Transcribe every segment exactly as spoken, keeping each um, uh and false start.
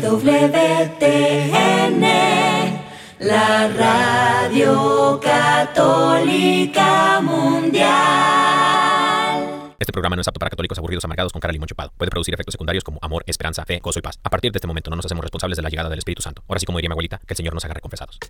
W T N, la Radio Católica Mundial. Este programa no es apto para católicos aburridos, amargados, con cara de limón chupado. Puede producir efectos secundarios como amor, esperanza, fe, gozo y paz. A partir de este momento no nos hacemos responsables de la llegada del Espíritu Santo. Ahora sí, como diría mi abuelita, que el Señor nos haga reconfesados.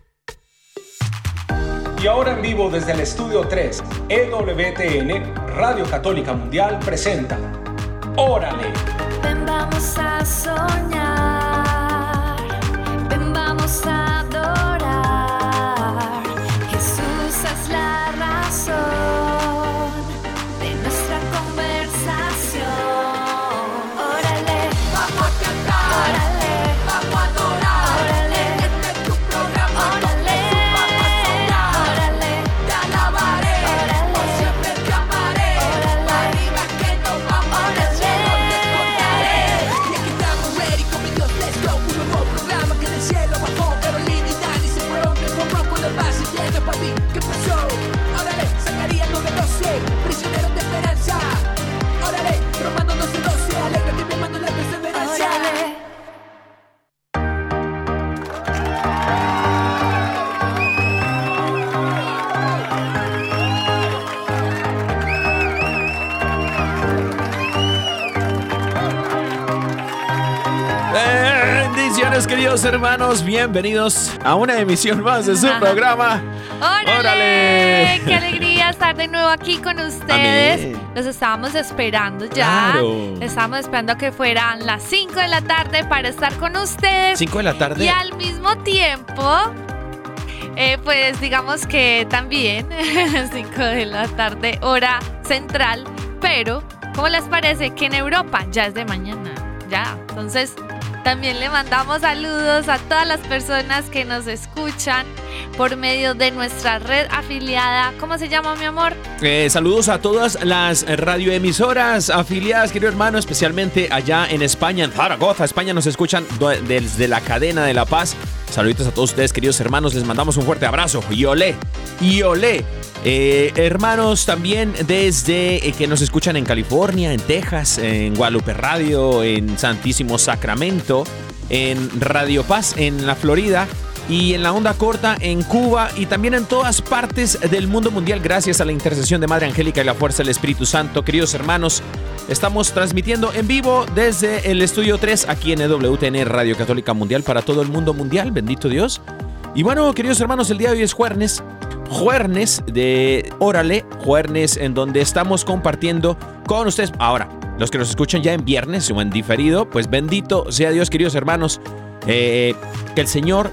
Y ahora en vivo desde el Estudio tres, E W T N, Radio Católica Mundial presenta Órale. Ven, vamos a soñar, ven, vamos a adorar. Jesús es la razón de nuestra conversación. Órale, vamos a cantar, órale, vamos a adorar, órale, este es tu programa, órale, vamos a soñar, órale, te alabaré, órale, por siempre te amaré, órale, arriba que nos vamos, órale. ¿Qué pasó? Órale, Zacarías nueve doce, prisioneros de esperanza. Órale, Romanos doce doce, alégrate mi hermano en la perseverancia. Órale. Bendiciones, queridos hermanos, bienvenidos a una emisión más de su Ajá. programa. ¡Órale! ¡Órale! ¡Qué alegría estar de nuevo aquí con ustedes! Amén. Los estábamos esperando ya. Claro. Estábamos esperando a que fueran las cinco de la tarde para estar con ustedes. ¿cinco de la tarde? Y al mismo tiempo, eh, pues digamos que también cinco de la tarde, hora central. Pero, ¿cómo les parece que en Europa ya es de mañana? Ya, entonces... También le mandamos saludos a todas las personas que nos escuchan por medio de nuestra red afiliada. ¿Cómo se llama, mi amor? Eh, saludos a todas las radioemisoras afiliadas, querido hermano, especialmente allá en España, en Zaragoza, España. Nos escuchan desde la cadena de La Paz. Saluditos a todos ustedes, queridos hermanos. Les mandamos un fuerte abrazo. Y olé, y olé. Eh, hermanos también desde eh, que nos escuchan en California, en Texas, en Guadalupe Radio, en Santísimo Sacramento, en Radio Paz, en la Florida y en la onda corta en Cuba y también en todas partes del mundo mundial gracias a la intercesión de Madre Angélica y la fuerza del Espíritu Santo. Queridos hermanos, estamos transmitiendo en vivo desde el Estudio tres aquí en E W T N Radio Católica Mundial para todo el mundo mundial, bendito Dios. Y bueno, queridos hermanos, el día de hoy es jueves. Jueves de Órale, jueves en donde estamos compartiendo con ustedes. Ahora, los que nos escuchan ya en viernes o en diferido, pues bendito sea Dios, queridos hermanos, eh, que el Señor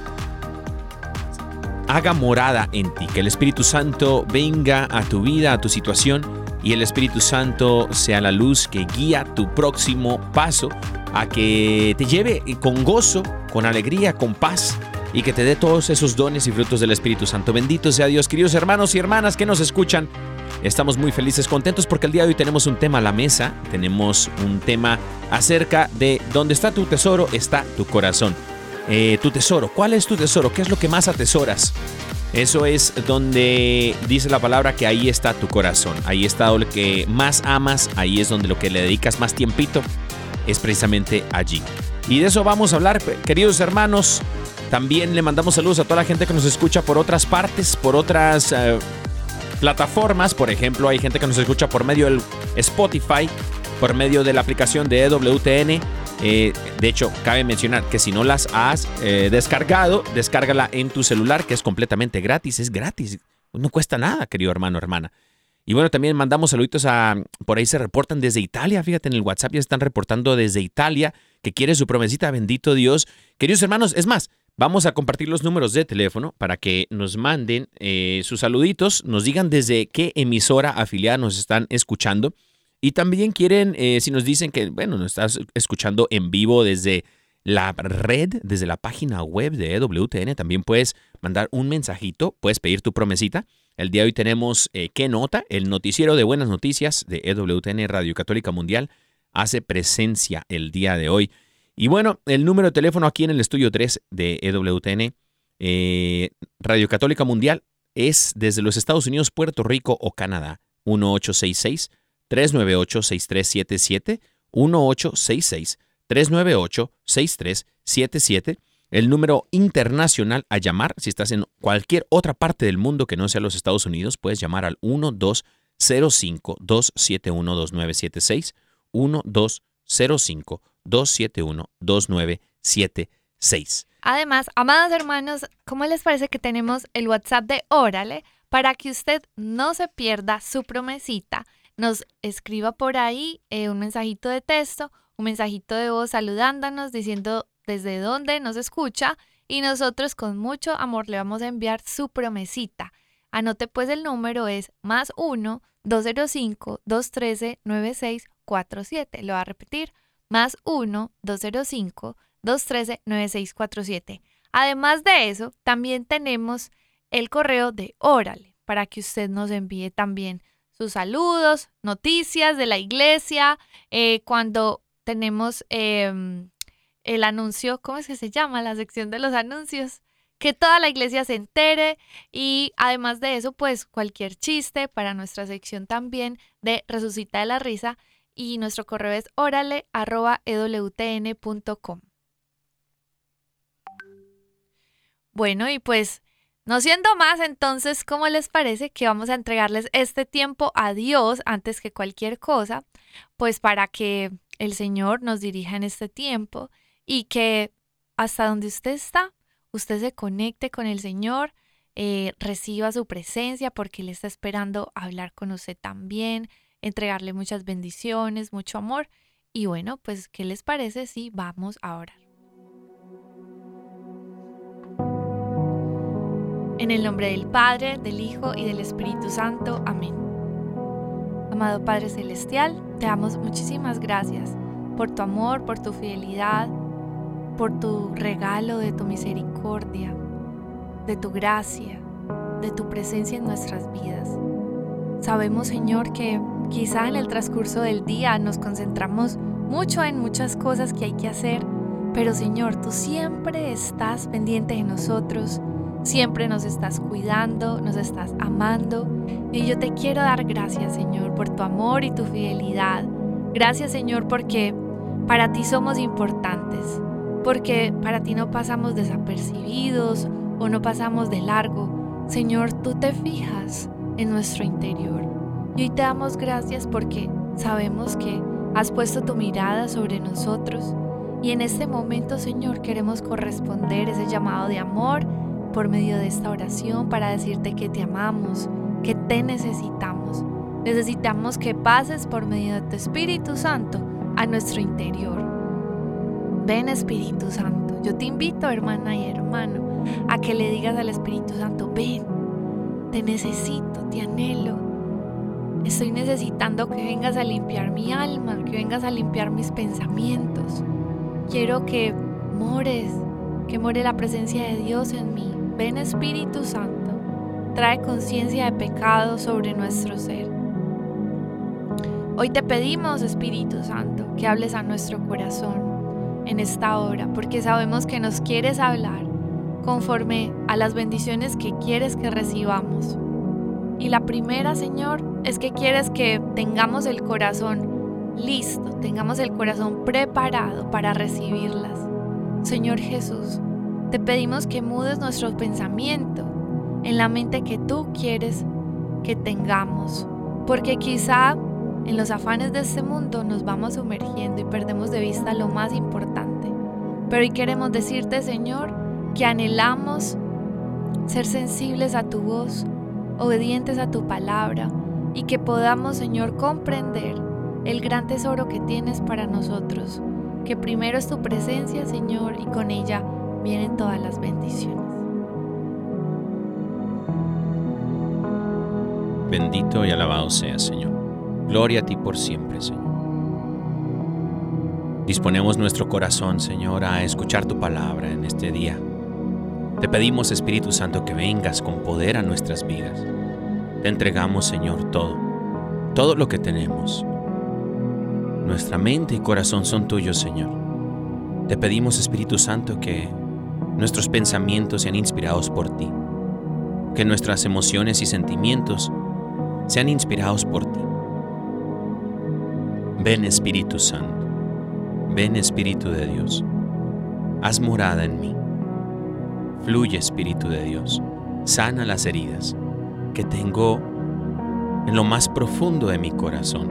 haga morada en ti, que el Espíritu Santo venga a tu vida, a tu situación, y el Espíritu Santo sea la luz que guía tu próximo paso, a que te lleve con gozo, con alegría, con paz, y que te dé todos esos dones y frutos del Espíritu Santo. Bendito sea Dios, queridos hermanos y hermanas que nos escuchan. Estamos muy felices, contentos porque el día de hoy tenemos un tema a la mesa. Tenemos un tema acerca de dónde está tu tesoro, está tu corazón. Eh, tu tesoro, ¿cuál es tu tesoro? ¿Qué es lo que más atesoras? Eso es donde dice la palabra que ahí está tu corazón. Ahí está lo que más amas, ahí es donde lo que le dedicas más tiempito, es precisamente allí. Y de eso vamos a hablar, queridos hermanos. También le mandamos saludos a toda la gente que nos escucha por otras partes, por otras uh, plataformas. Por ejemplo, hay gente que nos escucha por medio del Spotify, por medio de la aplicación de E W T N. Eh, de hecho, cabe mencionar que si no las has eh, descargado, descárgala en tu celular, que es completamente gratis. Es gratis, no cuesta nada, querido hermano, hermana. Y bueno, también mandamos saluditos a... Por ahí se reportan desde Italia, fíjate, en el WhatsApp ya están reportando desde Italia que quiere su promesita, bendito Dios. Queridos hermanos, es más, vamos a compartir los números de teléfono para que nos manden eh, sus saluditos, nos digan desde qué emisora afiliada nos están escuchando. Y también quieren, eh, si nos dicen que, bueno, nos estás escuchando en vivo desde la red, desde la página web de E W T N, también puedes mandar un mensajito, puedes pedir tu promesita. El día de hoy tenemos eh, ¿Qué Nota? El noticiero de buenas noticias de E W T N Radio Católica Mundial hace presencia el día de hoy. Y bueno, el número de teléfono aquí en el Estudio tres de E W T N eh, Radio Católica Mundial es desde los Estados Unidos, Puerto Rico o Canadá. uno ocho seis seis, tres nueve ocho, seis tres siete siete, uno ocho seis seis, tres nueve ocho, seis tres siete siete. El número internacional a llamar, si estás en cualquier otra parte del mundo que no sea los Estados Unidos, puedes llamar al uno dos cero cinco, dos siete uno, dos nueve siete seis, uno dos cero cinco, dos siete uno, dos nueve siete seis. Además, amados hermanos, ¿cómo les parece que tenemos el WhatsApp de Órale para que usted no se pierda su promesita? Nos escriba por ahí eh, un mensajito de texto, un mensajito de voz saludándonos, diciendo desde dónde nos escucha y nosotros con mucho amor le vamos a enviar su promesita. Anote pues el número es más uno, dos cero cinco, dos uno tres, nueve seis cuatro siete. Lo voy a repetir, más uno, dos cero cinco, dos uno tres, nueve seis cuatro siete. Además de eso, también tenemos el correo de Órale para que usted nos envíe también sus saludos, noticias de la iglesia, eh, cuando tenemos eh, el anuncio, ¿cómo es que se llama? La sección de los anuncios, que toda la iglesia se entere y además de eso, pues cualquier chiste para nuestra sección también de Resucita de la Risa y nuestro correo es orale arroba e w t n punto com. Bueno, y pues no siendo más, entonces, ¿cómo les parece que vamos a entregarles este tiempo a Dios antes que cualquier cosa? Pues para que el Señor nos dirija en este tiempo y que hasta donde usted está, usted se conecte con el Señor, eh, reciba su presencia porque Él está esperando hablar con usted también, entregarle muchas bendiciones, mucho amor. Y bueno, pues, ¿qué les parece si vamos a orar? En el nombre del Padre, del Hijo y del Espíritu Santo. Amén. Amado Padre Celestial, te damos muchísimas gracias por tu amor, por tu fidelidad, por tu regalo de tu misericordia, de tu gracia, de tu presencia en nuestras vidas. Sabemos, Señor, que quizá en el transcurso del día nos concentramos mucho en muchas cosas que hay que hacer, pero Señor, tú siempre estás pendiente de nosotros. Siempre nos estás cuidando, nos estás amando y yo te quiero dar gracias, Señor, por tu amor y tu fidelidad. Gracias, Señor, porque para ti somos importantes, porque para ti no pasamos desapercibidos o no pasamos de largo. Señor, tú te fijas en nuestro interior y hoy te damos gracias porque sabemos que has puesto tu mirada sobre nosotros y en este momento, Señor, queremos corresponder ese llamado de amor por medio de esta oración para decirte que te amamos, que te necesitamos. Necesitamos que pases por medio de tu Espíritu Santo a nuestro interior. Ven, Espíritu Santo. Yo te invito, hermana y hermano, a que le digas al Espíritu Santo, ven, te necesito, te anhelo. Estoy necesitando que vengas a limpiar mi alma, que vengas a limpiar mis pensamientos. Quiero que mores, que more la presencia de Dios en mí. Ven, Espíritu Santo, trae conciencia de pecado sobre nuestro ser. Hoy te pedimos, Espíritu Santo, que hables a nuestro corazón en esta hora, porque sabemos que nos quieres hablar conforme a las bendiciones que quieres que recibamos. Y la primera, Señor, es que quieres que tengamos el corazón listo, tengamos el corazón preparado para recibirlas. Señor Jesús, te pedimos que mudes nuestro pensamiento en la mente que tú quieres que tengamos, porque quizá en los afanes de este mundo nos vamos sumergiendo y perdemos de vista lo más importante. Pero hoy queremos decirte, Señor, que anhelamos ser sensibles a tu voz, obedientes a tu palabra y que podamos, Señor, comprender el gran tesoro que tienes para nosotros, que primero es tu presencia, Señor, y con ella vienen todas las bendiciones. Bendito y alabado seas, Señor. Gloria a ti por siempre, Señor. Disponemos nuestro corazón, Señor, a escuchar tu palabra en este día. Te pedimos, Espíritu Santo, que vengas con poder a nuestras vidas. Te entregamos, Señor, todo, todo lo que tenemos. Nuestra mente y corazón son tuyos, Señor. Te pedimos, Espíritu Santo, que nuestros pensamientos sean inspirados por ti, que nuestras emociones y sentimientos sean inspirados por ti. Ven, Espíritu Santo, Ven Espíritu de Dios, haz morada en mí. Fluye Espíritu de Dios, sana las heridas que tengo en lo más profundo de mi corazón.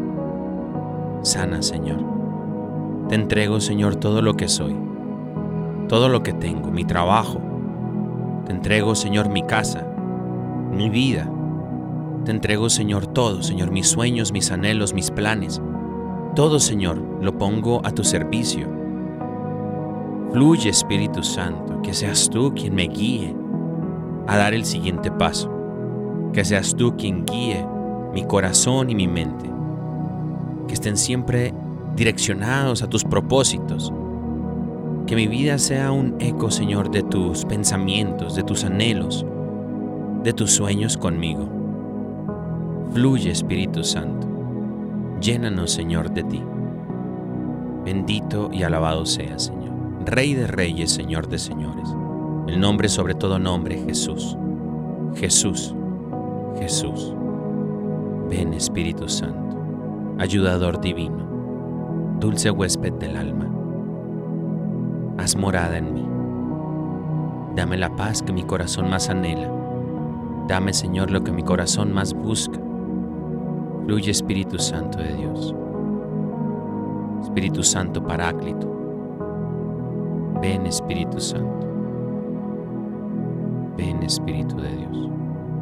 Sana, Señor. Te entrego, Señor, todo lo que soy, todo lo que tengo, mi trabajo. Te entrego, Señor, mi casa, mi vida. Te entrego, Señor, todo, Señor, mis sueños, mis anhelos, mis planes. Todo, Señor, lo pongo a tu servicio. Fluye, Espíritu Santo, que seas tú quien me guíe a dar el siguiente paso. Que seas tú quien guíe mi corazón y mi mente. Que estén siempre direccionados a tus propósitos. Que mi vida sea un eco, Señor, de tus pensamientos, de tus anhelos, de tus sueños conmigo. Fluye, Espíritu Santo. Llénanos, Señor, de ti. Bendito y alabado seas, Señor. Rey de reyes, Señor de señores. El nombre sobre todo nombre, Jesús. Jesús. Jesús. Ven, Espíritu Santo, ayudador divino, dulce huésped del alma. Haz morada en mí. Dame la paz que mi corazón más anhela. Dame, Señor, lo que mi corazón más busca. Fluye, Espíritu Santo de Dios. Espíritu Santo Paráclito. Ven, Espíritu Santo. Ven, Espíritu de Dios.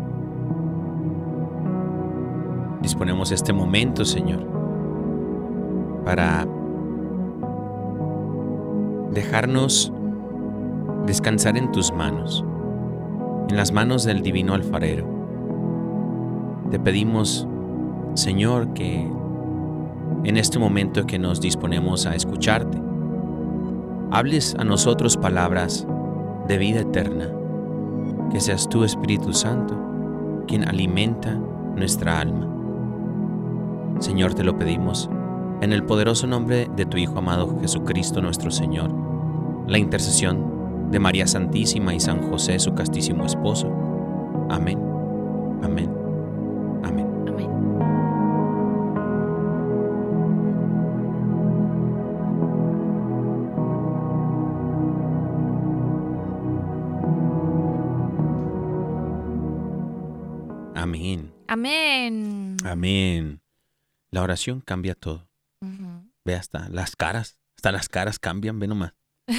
Disponemos este momento, Señor, para dejarnos descansar en tus manos, en las manos del divino alfarero. Te pedimos, Señor, que en este momento que nos disponemos a escucharte, hables a nosotros palabras de vida eterna, que seas tú, Espíritu Santo, quien alimenta nuestra alma. Señor, te lo pedimos en el poderoso nombre de tu Hijo amado Jesucristo nuestro Señor, la intercesión de María Santísima y San José, su castísimo esposo. Amén, amén, amén. Amén. Amén. Amén. Amén. La oración cambia todo. Ujú. Ve hasta las caras, hasta las caras cambian, ve nomás.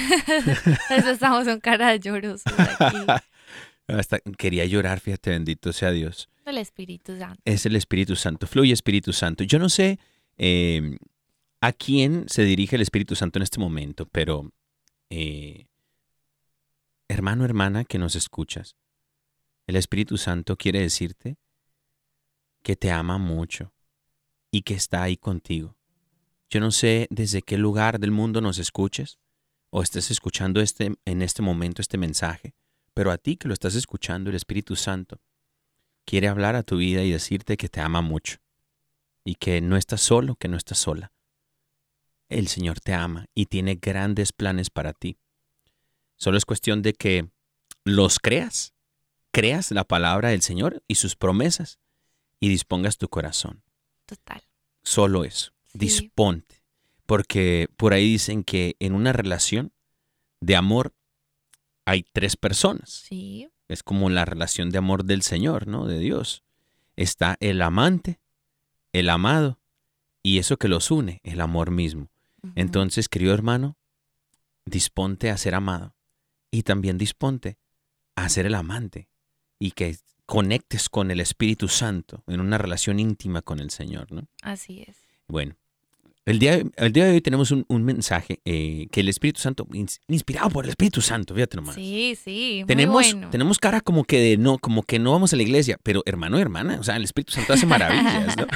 Eso estamos con cara de llorosos aquí. Hasta quería llorar, fíjate, bendito sea Dios. El Espíritu Santo. Es el Espíritu Santo, fluye Espíritu Santo. Yo no sé eh, a quién se dirige el Espíritu Santo en este momento, pero eh, hermano, hermana que nos escuchas, el Espíritu Santo quiere decirte que te ama mucho y que está ahí contigo. Yo no sé desde qué lugar del mundo nos escuches o estés escuchando este, en este momento este mensaje, pero a ti que lo estás escuchando, el Espíritu Santo quiere hablar a tu vida y decirte que te ama mucho y que no estás solo, que no estás sola. El Señor te ama y tiene grandes planes para ti. Solo es cuestión de que los creas, creas la palabra del Señor y sus promesas y dispongas tu corazón. Total. Solo eso, Sí. disponte, porque por ahí dicen que en una relación de amor hay tres personas. Sí. Es como la relación de amor del Señor, ¿no? De Dios. Está el amante, el amado y eso que los une, el amor mismo. Ujú. Entonces, querido hermano, disponte a ser amado y también disponte a ser el amante y que conectes con el Espíritu Santo en una relación íntima con el Señor, ¿no? Así es. Bueno, el día, el día de hoy tenemos un, un mensaje eh, que el Espíritu Santo, ins- inspirado por el Espíritu Santo, fíjate nomás. Sí, sí. Muy Tenemos, bueno. tenemos cara como que de no, como que no vamos a la iglesia, pero hermano y hermana, o sea, el Espíritu Santo hace maravillas, ¿no?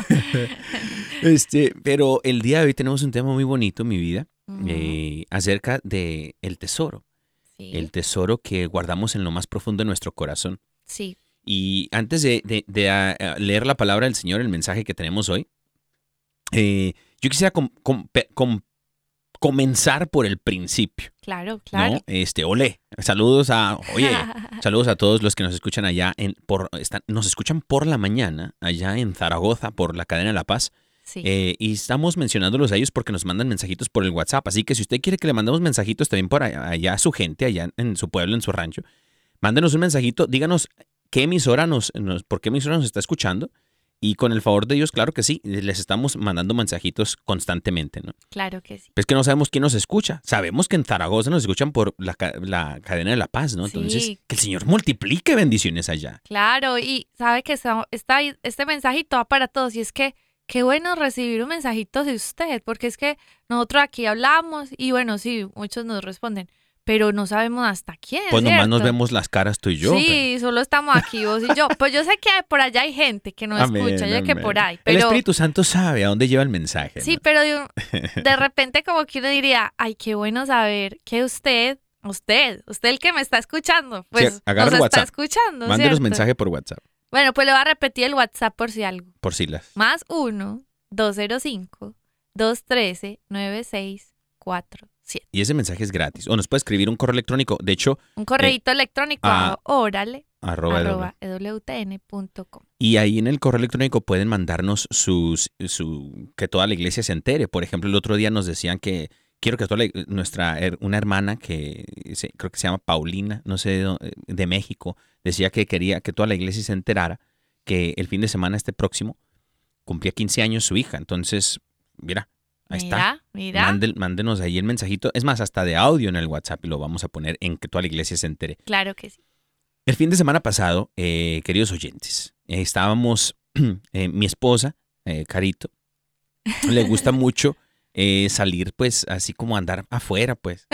este, pero el día de hoy tenemos un tema muy bonito, mi vida, Ujú. eh, acerca de el tesoro, Sí. el tesoro que guardamos en lo más profundo de nuestro corazón. Sí. Y antes de, de- de, ah, ah, leer la palabra del Señor, el mensaje que tenemos hoy, eh, yo quisiera com- com- pe- com- comenzar por el principio. Claro, claro. ¿No? Este, ole, saludos a, oye, saludos a todos los que nos escuchan allá, en, por, están, nos escuchan por la mañana, allá en Zaragoza, por la cadena La Paz, Sí. Eh, y estamos mencionándolos a ellos porque nos mandan mensajitos por el WhatsApp. Así que si usted quiere que le mandemos mensajitos también por allá, allá a su gente, allá en su pueblo, en su rancho, mándenos un mensajito, díganos qué emisora nos, nos, por qué emisora nos está escuchando. Y con el favor de Dios, claro que sí, les estamos mandando mensajitos constantemente, ¿no? Claro que sí. Pero es que no sabemos quién nos escucha. Sabemos que en Zaragoza nos escuchan por la, ca- la cadena de La Paz, ¿no? Entonces, Sí. que el Señor multiplique bendiciones allá. Claro, y sabe que esta, esta- este mensajito va para todos y es que qué bueno recibir un mensajito de usted, porque es que nosotros aquí hablamos y bueno, sí, muchos nos responden, pero no sabemos hasta quién, Pues nomás nos ¿cierto? vemos las caras tú y yo. Sí, solo estamos aquí vos y yo. Pues yo sé que por allá hay gente que no Amén, escucha, yo sé que amén. por ahí, El pero Espíritu Santo sabe a dónde lleva el mensaje. sí, ¿no? pero de, un- de repente como que uno diría, ay, qué bueno saber que usted, usted, usted el que me está escuchando, pues Sí, agarra nos el está WhatsApp. escuchando, Mándenos ¿cierto? mensaje por WhatsApp, Bueno, pues le voy a repetir el WhatsApp por si algo. por si las. Más uno, dos cero cinco, dos uno tres, nueve seis cuatro siete. Y ese mensaje es gratis. O nos puede escribir un correo electrónico. De hecho, Un correíto electrónico ah, a órale, arroba, arroba e w t n punto com. Y ahí en el correo electrónico pueden mandarnos sus, su, que toda la iglesia se entere. Por ejemplo, el otro día nos decían que quiero que toda la, nuestra, her- una hermana que se- creo que se llama Paulina, no sé, de, dó- de México, decía que quería que toda la iglesia se enterara que el fin de semana este próximo cumplía quince años su hija. Entonces, mira, ahí está. Mira, mira. Mande- mándenos ahí el mensajito. Es más, hasta de audio en el WhatsApp y lo vamos a poner en que toda la iglesia se entere. Claro que sí. El fin de semana pasado, eh, queridos oyentes, eh, estábamos, eh, mi esposa, eh, Carito, le gusta mucho eh, salir, pues, así como andar afuera, pues.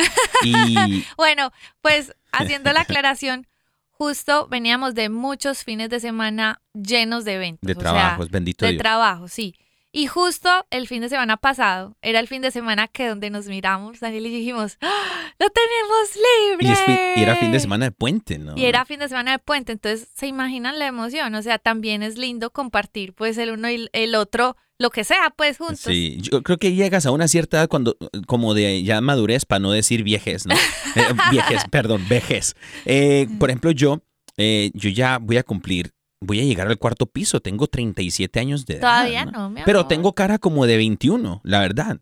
Y Bueno, pues haciendo la aclaración, justo veníamos de muchos fines de semana llenos de eventos. de o sea, trabajos, bendito de Dios. trabajo, sí. Y justo el fin de semana pasado era el fin de semana que donde nos miramos, Daniel, y dijimos, ¡ah! ¡Lo tenemos libre! Y, es fin- y era fin de semana de puente, ¿no? Y era fin de semana de puente, entonces se imaginan la emoción, o sea, también es lindo compartir pues el uno y el otro, lo que sea, pues juntos. Sí, yo creo que llegas a una cierta edad cuando, como de ya madurez, para no decir viejez, ¿no? Eh, viejez, perdón, vejez. Eh, por ejemplo, yo, eh, yo ya voy a cumplir, voy a llegar al cuarto piso, tengo treinta y siete años de edad. Todavía no, mi amor. Pero tengo cara como de veintiuno, la verdad.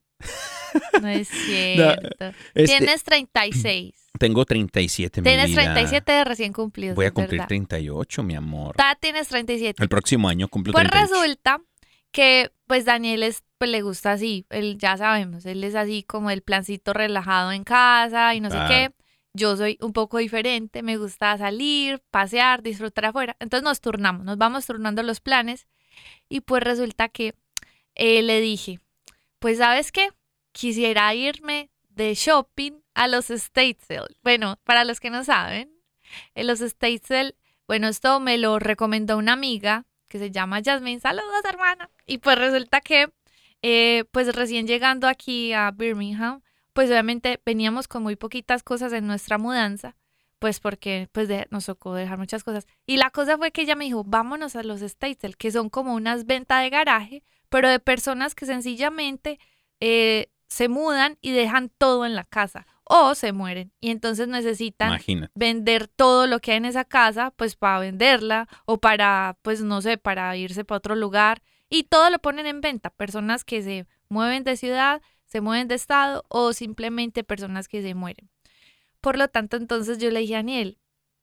No es cierto. Este, Tienes treinta y seis. Tengo treinta y siete, mi Tienes vida. treinta y siete de recién cumplidos. Voy a es cumplir verdad. treinta y ocho, mi amor. Ta, tienes treinta y siete. El próximo año cumplo Pues treinta y ocho. resulta que pues Daniel es, pues le gusta así, él ya sabemos, él es así como el plancito relajado en casa y no Claro. sé qué. Yo soy un poco diferente, me gusta salir, pasear, disfrutar afuera. Entonces nos turnamos, nos vamos turnando los planes y pues resulta que eh, le dije, pues ¿sabes qué? Quisiera irme de shopping a los estate sale. Bueno, para los que no saben, en los estate sale, bueno, esto me lo recomendó una amiga que se llama Jasmine. Saludos, hermana. Y pues resulta que, eh, pues recién llegando aquí a Birmingham, pues obviamente veníamos con muy poquitas cosas en nuestra mudanza, pues porque pues de- nos tocó dejar muchas cosas. Y la cosa fue que ella me dijo, vámonos a los estate sale, que son como unas ventas de garaje, pero de personas que sencillamente eh, se mudan y dejan todo en la casa o se mueren y entonces necesitan Imagínate. vender todo lo que hay en esa casa, pues para venderla o para, pues no sé, para irse para otro lugar y todo lo ponen en venta. Personas que se mueven de ciudad, se mueven de estado o simplemente personas que se mueren. Por lo tanto, entonces yo le dije a Daniel,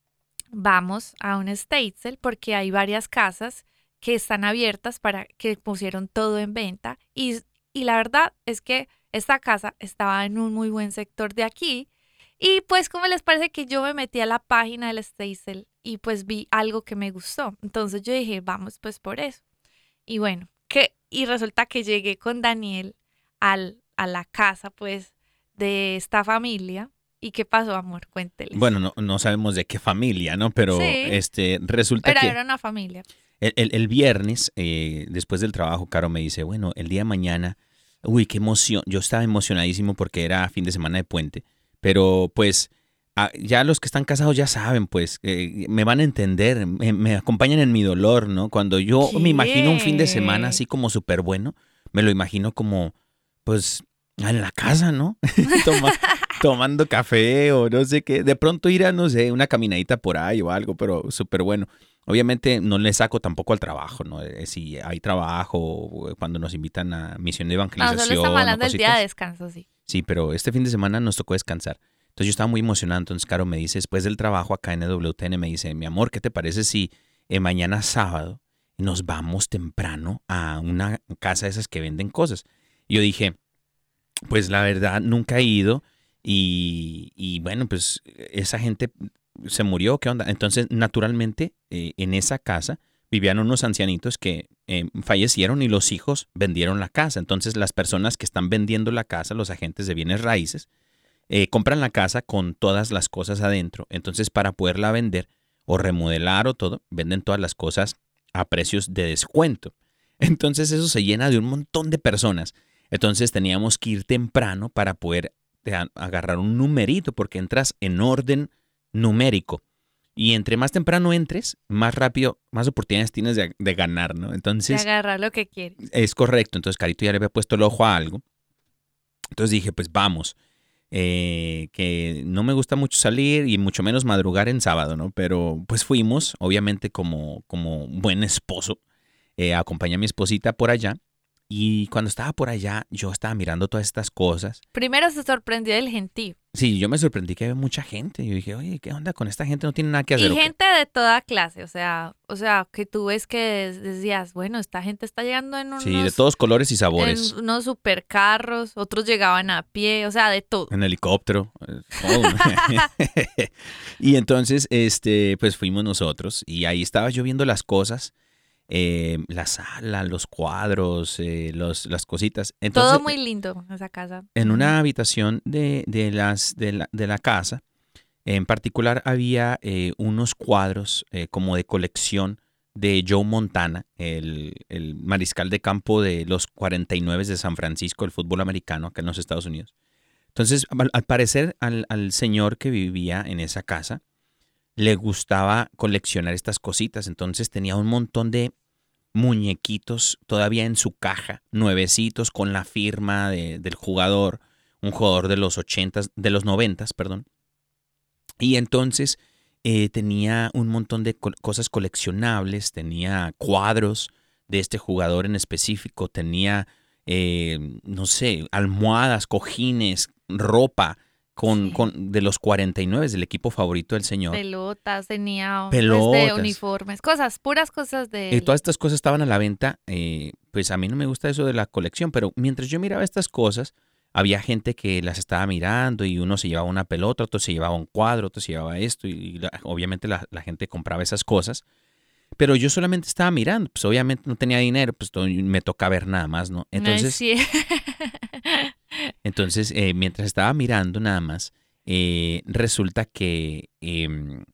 vamos a un estate sale porque hay varias casas que están abiertas para que pusieron todo en venta y, y la verdad es que esta casa estaba en un muy buen sector de aquí y pues como les parece que yo me metí a la página del estate sale y pues vi algo que me gustó. Entonces yo dije, vamos pues por eso. Y bueno, que, y resulta que llegué con Daniel al, a la casa pues de esta familia. ¿Y qué pasó, amor? Cuénteles. Bueno, no, no sabemos de qué familia, ¿no? Pero Sí. este resulta Pero que era una familia. el, el- el viernes, eh, después del trabajo, Caro me dice, bueno, el día de mañana, uy, qué emoción. Yo estaba emocionadísimo porque era fin de semana de puente. Pero pues ah, ya los que están casados ya saben, pues, eh, me van a entender, me, me acompañan en mi dolor, ¿no? Cuando yo me imagino un fin de semana ¿Qué? así como súper bueno, me lo imagino como, pues, en la casa, ¿no? Toma- tomando café o no sé qué. De pronto ir a, no sé, una caminadita por ahí o algo, pero súper bueno. Obviamente no le saco tampoco al trabajo, ¿no? Eh, Si hay trabajo, o cuando nos invitan a misión de No, evangelización. solo estamos o hablando del día cositas. de descanso, sí. Sí, pero este fin de semana nos tocó descansar. Entonces yo estaba muy emocionado. Entonces, Caro me dice, después del trabajo acá en W T N, me dice, mi amor, ¿qué te parece si eh, mañana sábado nos vamos temprano a una casa de esas que venden cosas? Y yo dije, pues la verdad, nunca he ido y, y bueno, pues esa gente se murió, ¿qué onda? Entonces, naturalmente, eh, en esa casa vivían unos ancianitos que eh, fallecieron y los hijos vendieron la casa. Entonces, las personas que están vendiendo la casa, los agentes de bienes raíces, eh, compran la casa con todas las cosas adentro. Entonces, para poderla vender o remodelar o todo, venden todas las cosas a precios de descuento. Entonces, eso se llena de un montón de personas. Entonces, teníamos que ir temprano para poder eh, a- agarrar un numerito, porque entras en orden numérico. Y entre más temprano entres, más rápido, más oportunidades tienes de, de ganar, ¿no? De Entonces, agarrar lo que quiere. es correcto. Entonces, Carito ya le había puesto el ojo a algo. Entonces dije, pues vamos. Eh, que no me gusta mucho salir y mucho menos madrugar en sábado, ¿no? Pero pues fuimos, obviamente como, como buen esposo. Eh, acompañé a mi esposita por allá. Y cuando estaba por allá, yo estaba mirando todas estas cosas. Primero se sorprendió del gentío. Sí, yo me sorprendí que había mucha gente. Yo dije, oye, ¿qué onda con esta gente? No tiene nada que hacer. Y ¿o qué? gente de toda clase, o sea, o sea, que tú ves que des- decías, bueno, esta gente está llegando en unos, Sí, de todos colores y sabores. en unos supercarros, otros llegaban a pie, o sea, de todo. En helicóptero. eh, todo, ¿no? Y entonces, este, pues fuimos nosotros y ahí estaba yo viendo las cosas, eh, la sala, los cuadros, eh, los, las cositas. Entonces, Todo muy lindo esa casa. en una habitación de, de, las, de, la, de la casa, en particular había eh, unos cuadros eh, como de colección de Joe Montana, el, el mariscal de campo de los cuarenta y nueve de San Francisco, el fútbol americano acá en los Estados Unidos. Entonces, al, al parecer, al, al señor que vivía en esa casa, le gustaba coleccionar estas cositas. Entonces tenía un montón de muñequitos todavía en su caja, nuevecitos con la firma de- del jugador, un jugador de los ochentas, de los noventas, perdón. Y entonces eh, tenía un montón de co- cosas coleccionables, tenía cuadros de este jugador en específico, tenía, eh, no sé, almohadas, cojines, ropa con, Sí. con, de los cuarenta y nueve, del equipo favorito del señor. Pelotas, tenía pues, de Pelotas. uniformes, cosas, puras cosas de Y él. todas estas cosas estaban a la venta. eh, pues a mí no me gusta eso de la colección, pero mientras yo miraba estas cosas, había gente que las estaba mirando y uno se llevaba una pelota, otro se llevaba un cuadro, otro se llevaba esto y la- obviamente la, la gente compraba esas cosas. Pero yo solamente estaba mirando, pues obviamente no tenía dinero, pues todo- me toca ver nada más, ¿no? No es Entonces, cier- entonces eh, mientras estaba mirando nada más, eh, resulta que em,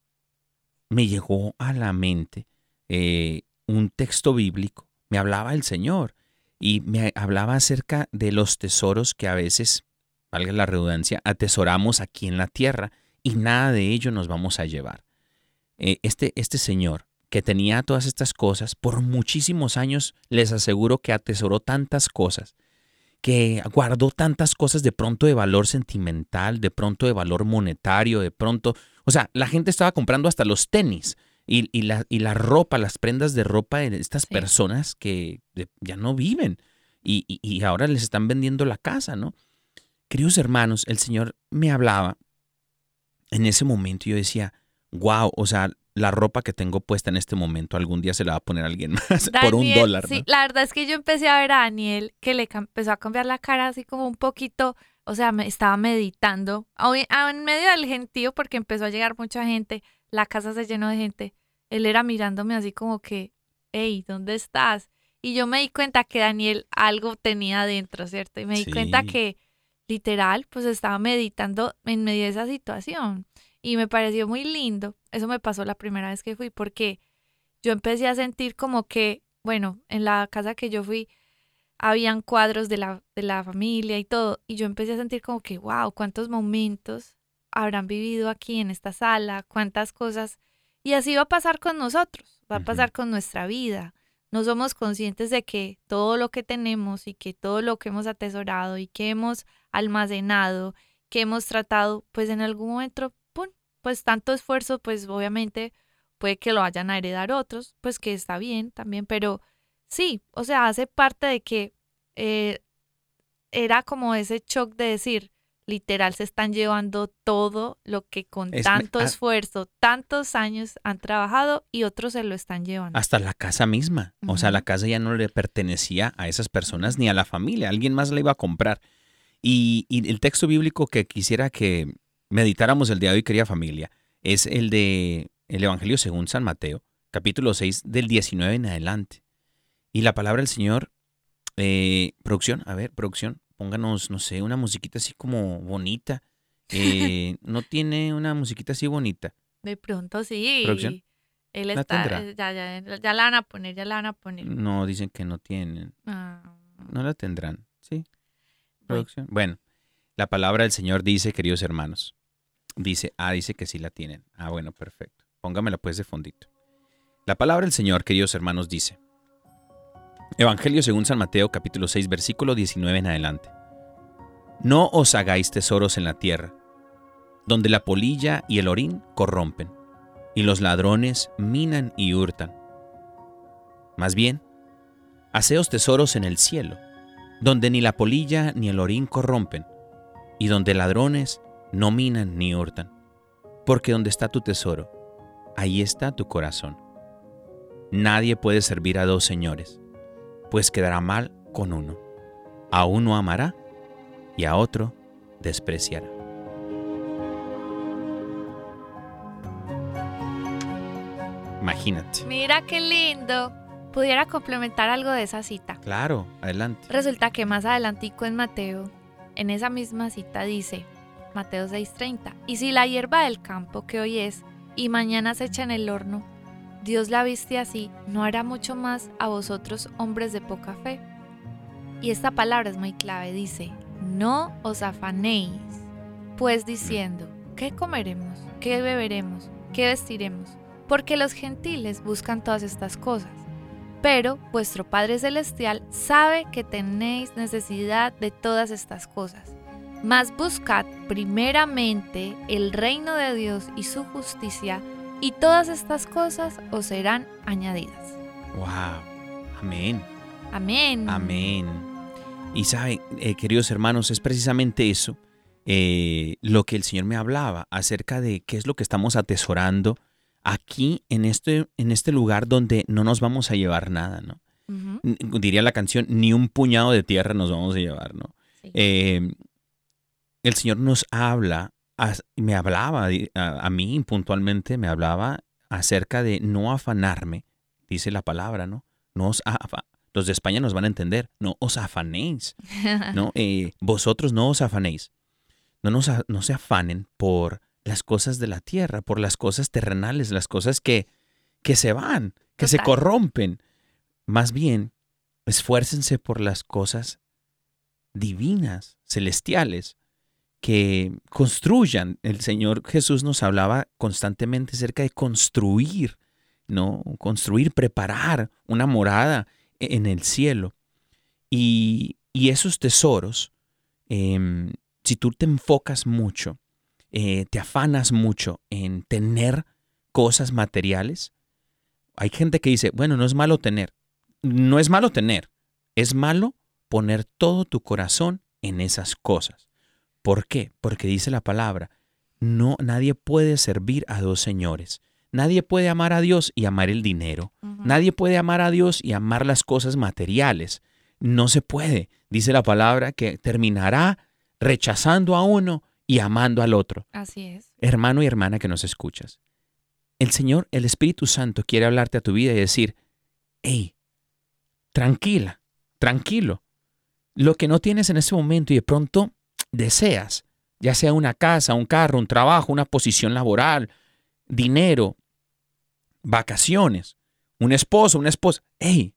me llegó a la mente eh, un texto bíblico. Me hablaba el Señor y me hablaba acerca de los tesoros que a veces, valga la redundancia, atesoramos aquí en la tierra y nada de ello nos vamos a llevar. Eh, este, este Señor que tenía todas estas cosas, por muchísimos años les aseguro que atesoró tantas cosas, que guardó tantas cosas de pronto de valor sentimental, de pronto de valor monetario, de pronto, o sea, la gente estaba comprando hasta los tenis y, y la, y la ropa, las prendas de ropa de estas Sí. personas que de- ya no viven y, y- y ahora les están vendiendo la casa, ¿no? Queridos hermanos, el Señor me hablaba en ese momento y yo decía, wow, o sea, la ropa que tengo puesta en este momento algún día se la va a poner alguien más por un Daniel, dólar, sí, ¿no? la verdad es que yo empecé a ver a Daniel que le cam- empezó a cambiar la cara así como un poquito, o sea, me estaba meditando Hoy- ah, en medio del gentío porque empezó a llegar mucha gente, la casa se llenó de gente. Él era mirándome así como que, hey, ¿dónde estás? Y yo me di cuenta que Daniel algo tenía adentro, ¿cierto? Y me di Sí. cuenta que literal, pues estaba meditando en medio de esa situación. Y me pareció muy lindo. Eso me pasó la primera vez que fui porque yo empecé a sentir como que, bueno, en la casa que yo fui, habían cuadros de la, de la familia y todo. Y yo empecé a sentir como que, wow, cuántos momentos habrán vivido aquí en esta sala, cuántas cosas. Y así va a pasar con nosotros, va a Ujú. pasar con nuestra vida. No somos conscientes de que todo lo que tenemos y que todo lo que hemos atesorado y que hemos almacenado que hemos tratado, pues en algún momento, pum, pues tanto esfuerzo, pues obviamente puede que lo vayan a heredar otros, pues que está bien también, pero sí, o sea, hace parte de que eh, era como ese shock de decir, literal, se están llevando todo lo que con Es- tanto ah. esfuerzo, tantos años han trabajado y otros se lo están llevando. Hasta la casa misma. O sea, Ujú. la casa ya no le pertenecía a esas personas ni a la familia. Alguien más la iba a comprar. Y, y el texto bíblico que quisiera que meditáramos el día de hoy, querida familia, es el de el Evangelio según San Mateo, capítulo seis, del diecinueve en adelante. Y la palabra del Señor, eh, producción, a ver, producción, pónganos, no sé, una musiquita así como bonita. Eh, ¿no tiene una musiquita así bonita? De pronto sí. ¿Producción? Él ¿La está, tendrá? eh, ya, ya, ya la van a poner, ya la van a poner. No, dicen que no tienen. Ah, No la tendrán, ¿sí? bueno. Producción. Bueno, la palabra del Señor dice, queridos hermanos, dice, ah, dice que sí la tienen. Ah, bueno, perfecto. Póngamela pues de fondito. La palabra del Señor, queridos hermanos, dice, Evangelio según San Mateo, capítulo seis, versículo diecinueve en adelante. No os hagáis tesoros en la tierra, donde la polilla y el orín corrompen, y los ladrones minan y hurtan. Más bien, haceos tesoros en el cielo, donde ni la polilla ni el orín corrompen, y donde ladrones no minan ni hurtan. Porque donde está tu tesoro, ahí está tu corazón. Nadie puede servir a dos señores, pues quedará mal con uno. A uno amará y a otro despreciará. Imagínate. Mira qué lindo. Pudiera complementar algo de esa cita. Claro, adelante. Resulta que más adelantico en Mateo, en esa misma cita dice, Mateo seis treinta, y si la hierba del campo que hoy es y mañana se echa en el horno, Dios la viste así, ¿no hará mucho más a vosotros, hombres de poca fe? Y esta palabra es muy clave, dice, no os afanéis, pues diciendo, ¿qué comeremos? ¿Qué beberemos? ¿Qué vestiremos? Porque los gentiles buscan todas estas cosas. Pero vuestro Padre Celestial sabe que tenéis necesidad de todas estas cosas. Mas buscad primeramente el reino de Dios y su justicia, y todas estas cosas os serán añadidas. Wow. Amén. Amén. Amén. Y sabe, eh, queridos hermanos, es precisamente eso eh, lo que el Señor me hablaba acerca de qué es lo que estamos atesorando aquí en este, en este lugar donde no nos vamos a llevar nada, ¿no? Ujú. N- Diría la canción, ni un puñado de tierra nos vamos a llevar, ¿no? Sí. Eh, el Señor nos habla, a- me hablaba di- a, a mí puntualmente, me hablaba acerca de no afanarme, dice la palabra, ¿no? No os afa- los de España nos van a entender, no os afanéis, ¿no? Eh, vosotros no os afanéis, no, nos a- no se afanen por las cosas de la tierra, por las cosas terrenales, las cosas que, que se van, que se Total. corrompen. Más bien, esfuércense por las cosas divinas, celestiales, que construyan. El Señor Jesús nos hablaba constantemente acerca de construir, ¿no? Construir, preparar una morada en el cielo. Y, y esos tesoros, eh, si tú te enfocas mucho, eh, te afanas mucho en tener cosas materiales, hay gente que dice, bueno, no es malo tener. No es malo tener, es malo poner todo tu corazón en esas cosas. ¿Por qué? Porque dice la palabra, no, nadie puede servir a dos señores. Nadie puede amar a Dios y amar el dinero. Ujú. Nadie puede amar a Dios y amar las cosas materiales. No se puede. Dice la palabra que terminará rechazando a uno y amando al otro. Así es. Hermano y hermana que nos escuchas, el Señor, el Espíritu Santo quiere hablarte a tu vida y decir, hey, tranquila, tranquilo. Lo que no tienes en ese momento y de pronto deseas, ya sea una casa, un carro, un trabajo, una posición laboral, dinero, vacaciones, un esposo, una esposa. Hey,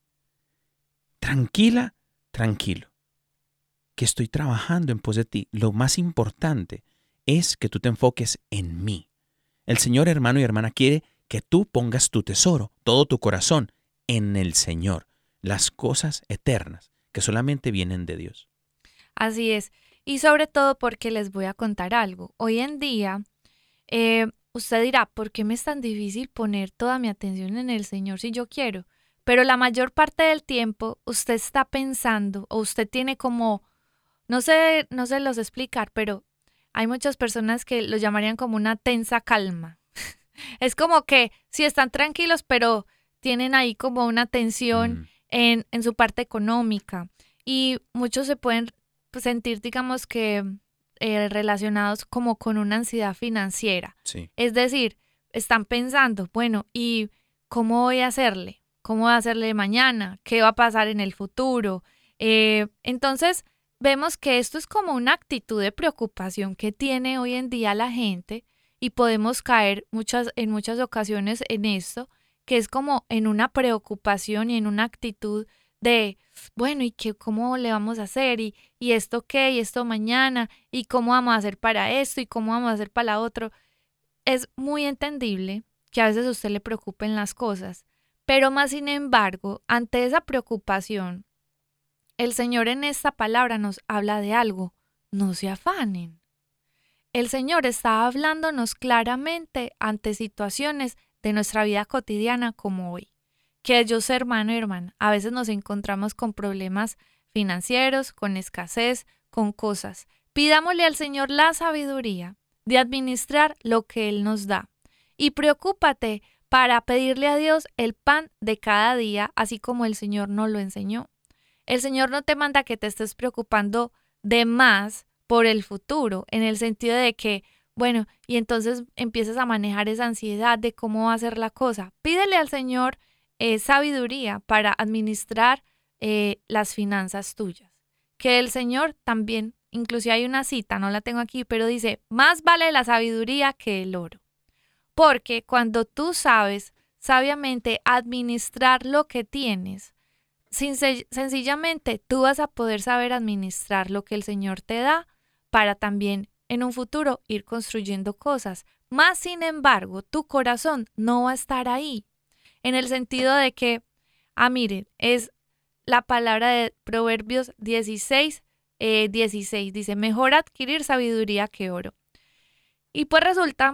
tranquila, tranquilo, que estoy trabajando en pos de ti. Lo más importante es que tú te enfoques en mí. El Señor, hermano y hermana, quiere que tú pongas tu tesoro, todo tu corazón, en el Señor, las cosas eternas que solamente vienen de Dios. Así es. Y sobre todo porque les voy a contar algo. Hoy en día, eh, usted dirá, ¿por qué me es tan difícil poner toda mi atención en el Señor si yo quiero? Pero la mayor parte del tiempo usted está pensando o usted tiene como, no sé, no sé los explicar, pero hay muchas personas que lo llamarían como una tensa calma. Es como que sí están tranquilos, pero tienen ahí como una tensión mm. en, en su parte económica. Y muchos se pueden sentir, digamos que, eh, relacionados como con una ansiedad financiera. Sí. Es decir, están pensando, bueno, ¿y cómo voy a hacerle? ¿Cómo voy a hacerle mañana? ¿Qué va a pasar en el futuro? Eh, entonces, vemos que esto es como una actitud de preocupación que tiene hoy en día la gente y podemos caer muchas, en muchas ocasiones en esto, que es como en una preocupación y en una actitud de, bueno, ¿y qué, cómo le vamos a hacer? ¿Y, y esto qué? ¿Y esto mañana? ¿Y cómo vamos a hacer para esto? ¿Y cómo vamos a hacer para lo otro? Es muy entendible que a veces a usted le preocupen las cosas, pero más sin embargo, ante esa preocupación, el Señor en esta palabra nos habla de algo: no se afanen. El Señor está hablándonos claramente ante situaciones de nuestra vida cotidiana como hoy. Que yo sé, hermano y hermana, a veces nos encontramos con problemas financieros, con escasez, con cosas. Pidámosle al Señor la sabiduría de administrar lo que Él nos da. Y preocúpate para pedirle a Dios el pan de cada día, así como el Señor nos lo enseñó. El Señor no te manda que te estés preocupando de más por el futuro, en el sentido de que, bueno, y entonces empiezas a manejar esa ansiedad de cómo va a ser la cosa. Pídele al Señor eh, sabiduría para administrar eh, las finanzas tuyas. Que el Señor también, inclusive hay una cita, no la tengo aquí, pero dice, más vale la sabiduría que el oro. Porque cuando tú sabes sabiamente administrar lo que tienes, sencillamente tú vas a poder saber administrar lo que el Señor te da para también en un futuro ir construyendo cosas. Más sin embargo, tu corazón no va a estar ahí, en el sentido de que, ah, miren, es la palabra de Proverbios dieciséis, eh, dieciséis, dice, mejor adquirir sabiduría que oro. Y pues resulta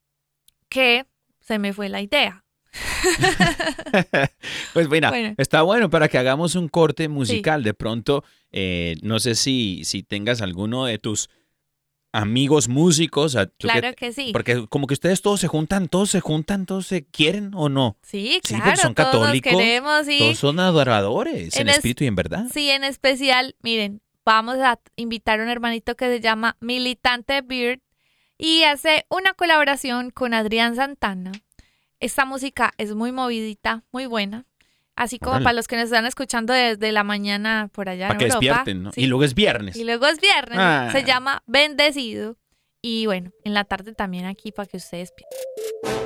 que se me fue la idea. Pues bueno, bueno, está bueno para que hagamos un corte musical. Sí. De pronto, eh, no sé si, si tengas alguno de tus amigos músicos. Claro que, que sí. Porque como que ustedes todos se juntan, todos se juntan, todos se quieren o no. Sí, Sí, claro, porque son todos nos católicos, queremos, sí. Todos son adoradores en, En en es- espíritu y en verdad. Sí, en especial, miren, vamos a invitar a un hermanito que se llama Militante Beard y hace una colaboración con Adrián Santana. Esta música es muy movidita, muy buena. Así como Órale. para los que nos están escuchando desde la mañana por allá Para en que Europa. despierten, ¿no? Sí. Y luego es viernes. Y luego es viernes. Ah. Se llama Bendecido. Y bueno, en la tarde también aquí para que ustedes despierten.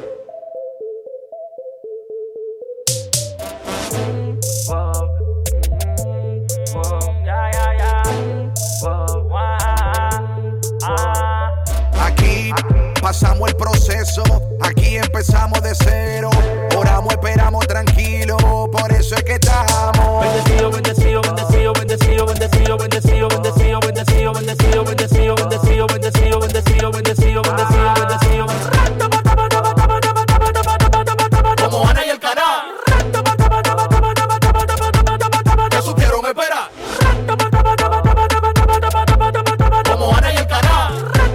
Aquí pasamos el proceso, aquí empezamos de cero. Oramos, esperamos tranquilo, por eso es que estamos. Bendecido, bendecido, bendecido, bendecido, bendecido, bendecido, bendecido, bendecido, bendecido, bendecido, bendecido, bendecido, bendecido, bendecido, bendecido, bendecido. Como Ana y el Caná. ¿Qué supieron esperar? Como Ana y el Caná.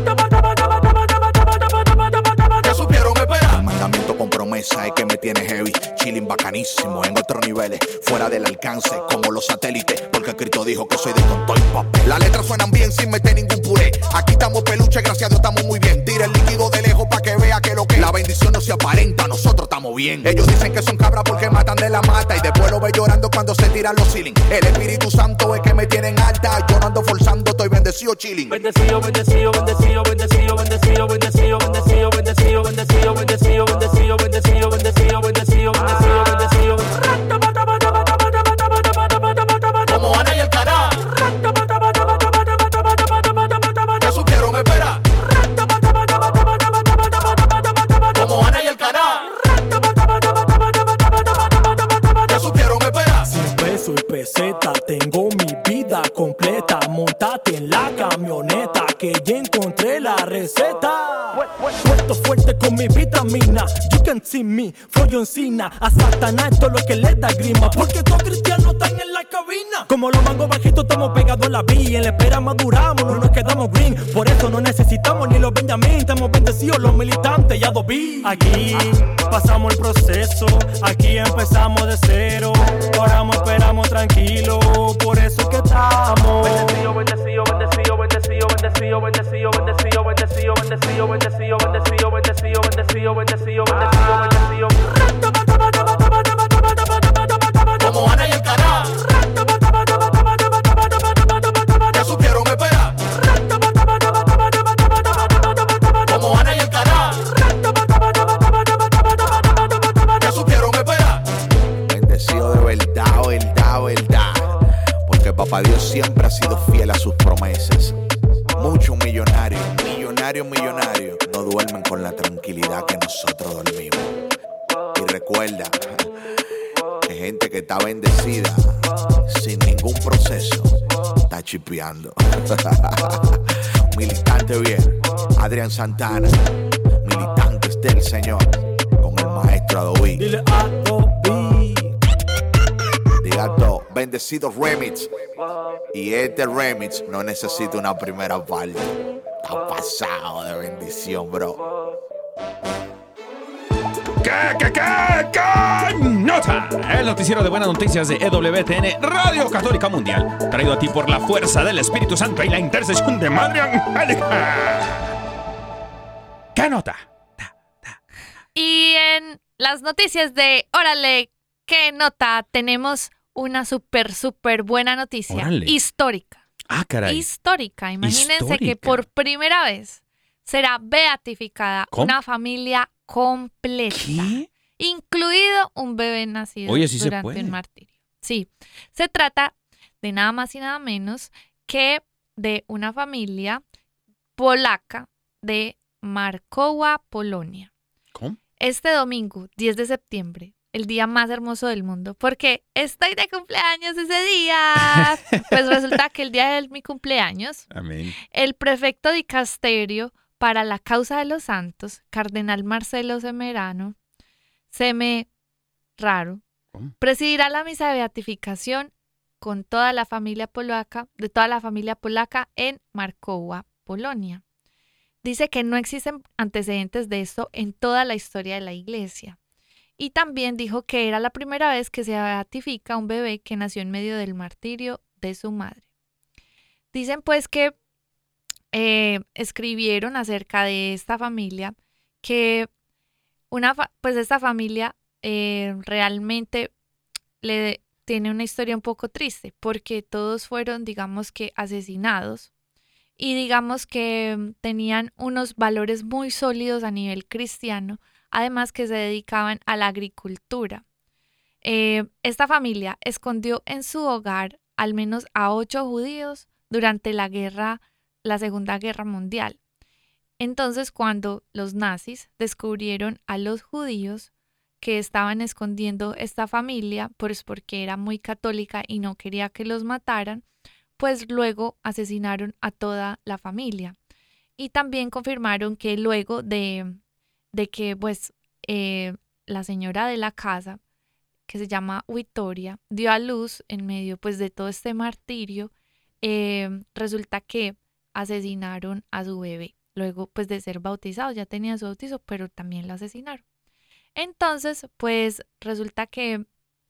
¿Qué supieron esperar? El mandamiento con promesa es que me tiene heavy, chilling bacanísimo en otros niveles, fuera del alcance como los satélites, porque Cristo dijo que soy de tonto y papel. Las letras suenan bien sin meter ningún puré. Aquí estamos peluche, gracias a Dios estamos muy bien. Tira el líquido de lejos pa' que vea que lo que la bendición no se aparenta, nosotros estamos bien. Ellos dicen que son cabras porque matan de la mata y después lo ve llorando cuando se tiran los ceilings. El Espíritu Santo es que me tienen alta, yo no ando forzando, estoy bendecido chilling. Bendecido, bendecido, bendecido, bendecido, bendecido, bendecido, bendecido, bendecido, bendecido, bendecido, bendecido, bendecido, bendecido, bendecido, bendecido, bendecido. Como Ana y el Caná. ¿Qué supieron esperar? Como Ana y el Caná. ¿Qué supieron esperar? Sin peso y peseta, tengo mi vida completa. Montate en la camioneta. Suelto fuerte con mi vitamina. You can see me, follo encina. A Satanás todo lo que le da grima. Porque todos cristianos están en la cabina. Como los mangos bajitos estamos pegados a la vía. En la espera maduramos, no nos quedamos green. Por eso no necesitamos ni los Benjamín. Estamos bendecidos los militantes y Adobe. Aquí pasamos el proceso. Aquí empezamos de cero. Oramos, esperamos tranquilo. Por eso es que estamos bendecido, bendecido, bendecido, bendecido, bendecido, bendecido, bendecido, bendecido, bendecido, bendecido, bendecido, bendecido, bendecido, bendecido, bendecido, bendecido. Como Ana y el Cará, ya supieron esperar. Como Ana y el Cará, ya supieron esperar. Bendecido de verdad, verdad, verdad. Porque Papá Dios siempre ha sido fiel a sus promesas. Muchos millonarios, millonarios, millonarios no duermen con la tranquilidad que nosotros dormimos. Y recuerda que gente que está bendecida sin ningún proceso está chipeando. Militante bien, Adrián Santana, militantes del Señor, con el maestro Adobe. Dile Adobe. Diga todo, bendecido remix. Y este remix no necesita una primera parte. Está pasado de bendición, bro. ¿Qué, qué, qué, qué nota? El noticiero de buenas noticias de E W T N, Radio Católica Mundial, traído a ti por la fuerza del Espíritu Santo y la intercesión de Madre Angélica. ¿Qué nota? Y en las noticias de Órale, ¿qué nota? Tenemos una súper, súper buena noticia. Órale. Histórica. Ah, caray. Histórica. Imagínense Histórica. que por primera vez será beatificada ¿Cómo? una familia completa. ¿Qué? Incluido un bebé nacido Oye, sí se durante puede. un martirio. Sí. Se trata de nada más y nada menos que de una familia polaca de Markowa, Polonia. ¿Cómo? Este domingo, diez de septiembre, el día más hermoso del mundo, porque estoy de cumpleaños ese día. Pues resulta que el día de mi cumpleaños, Amén. el prefecto dicasterio para la causa de los santos, cardenal Marcelo Semerano, Seme Raro, ¿Cómo? presidirá la misa de beatificación con toda la familia polaca, de toda la familia polaca en Markowa, Polonia. Dice que no existen antecedentes de esto en toda la historia de la iglesia. Y también dijo que era la primera vez que se beatifica un bebé que nació en medio del martirio de su madre. Dicen pues que eh, escribieron acerca de esta familia que una fa- pues esta familia eh, realmente le tiene una historia un poco triste porque todos fueron, digamos que, asesinados y digamos que mm, tenían unos valores muy sólidos a nivel cristiano, además que se dedicaban a la agricultura. Eh, esta familia escondió en su hogar al menos a ocho judíos durante la guerra, la Segunda Guerra Mundial. Entonces, cuando los nazis descubrieron a los judíos que estaban escondiendo esta familia, pues porque era muy católica y no quería que los mataran, pues luego asesinaron a toda la familia. Y también confirmaron que luego de, de que pues eh, la señora de la casa, que se llama Victoria, dio a luz en medio pues de todo este martirio, eh, resulta que asesinaron a su bebé. Luego pues de ser bautizado, ya tenía su bautizo, pero también lo asesinaron. Entonces pues resulta que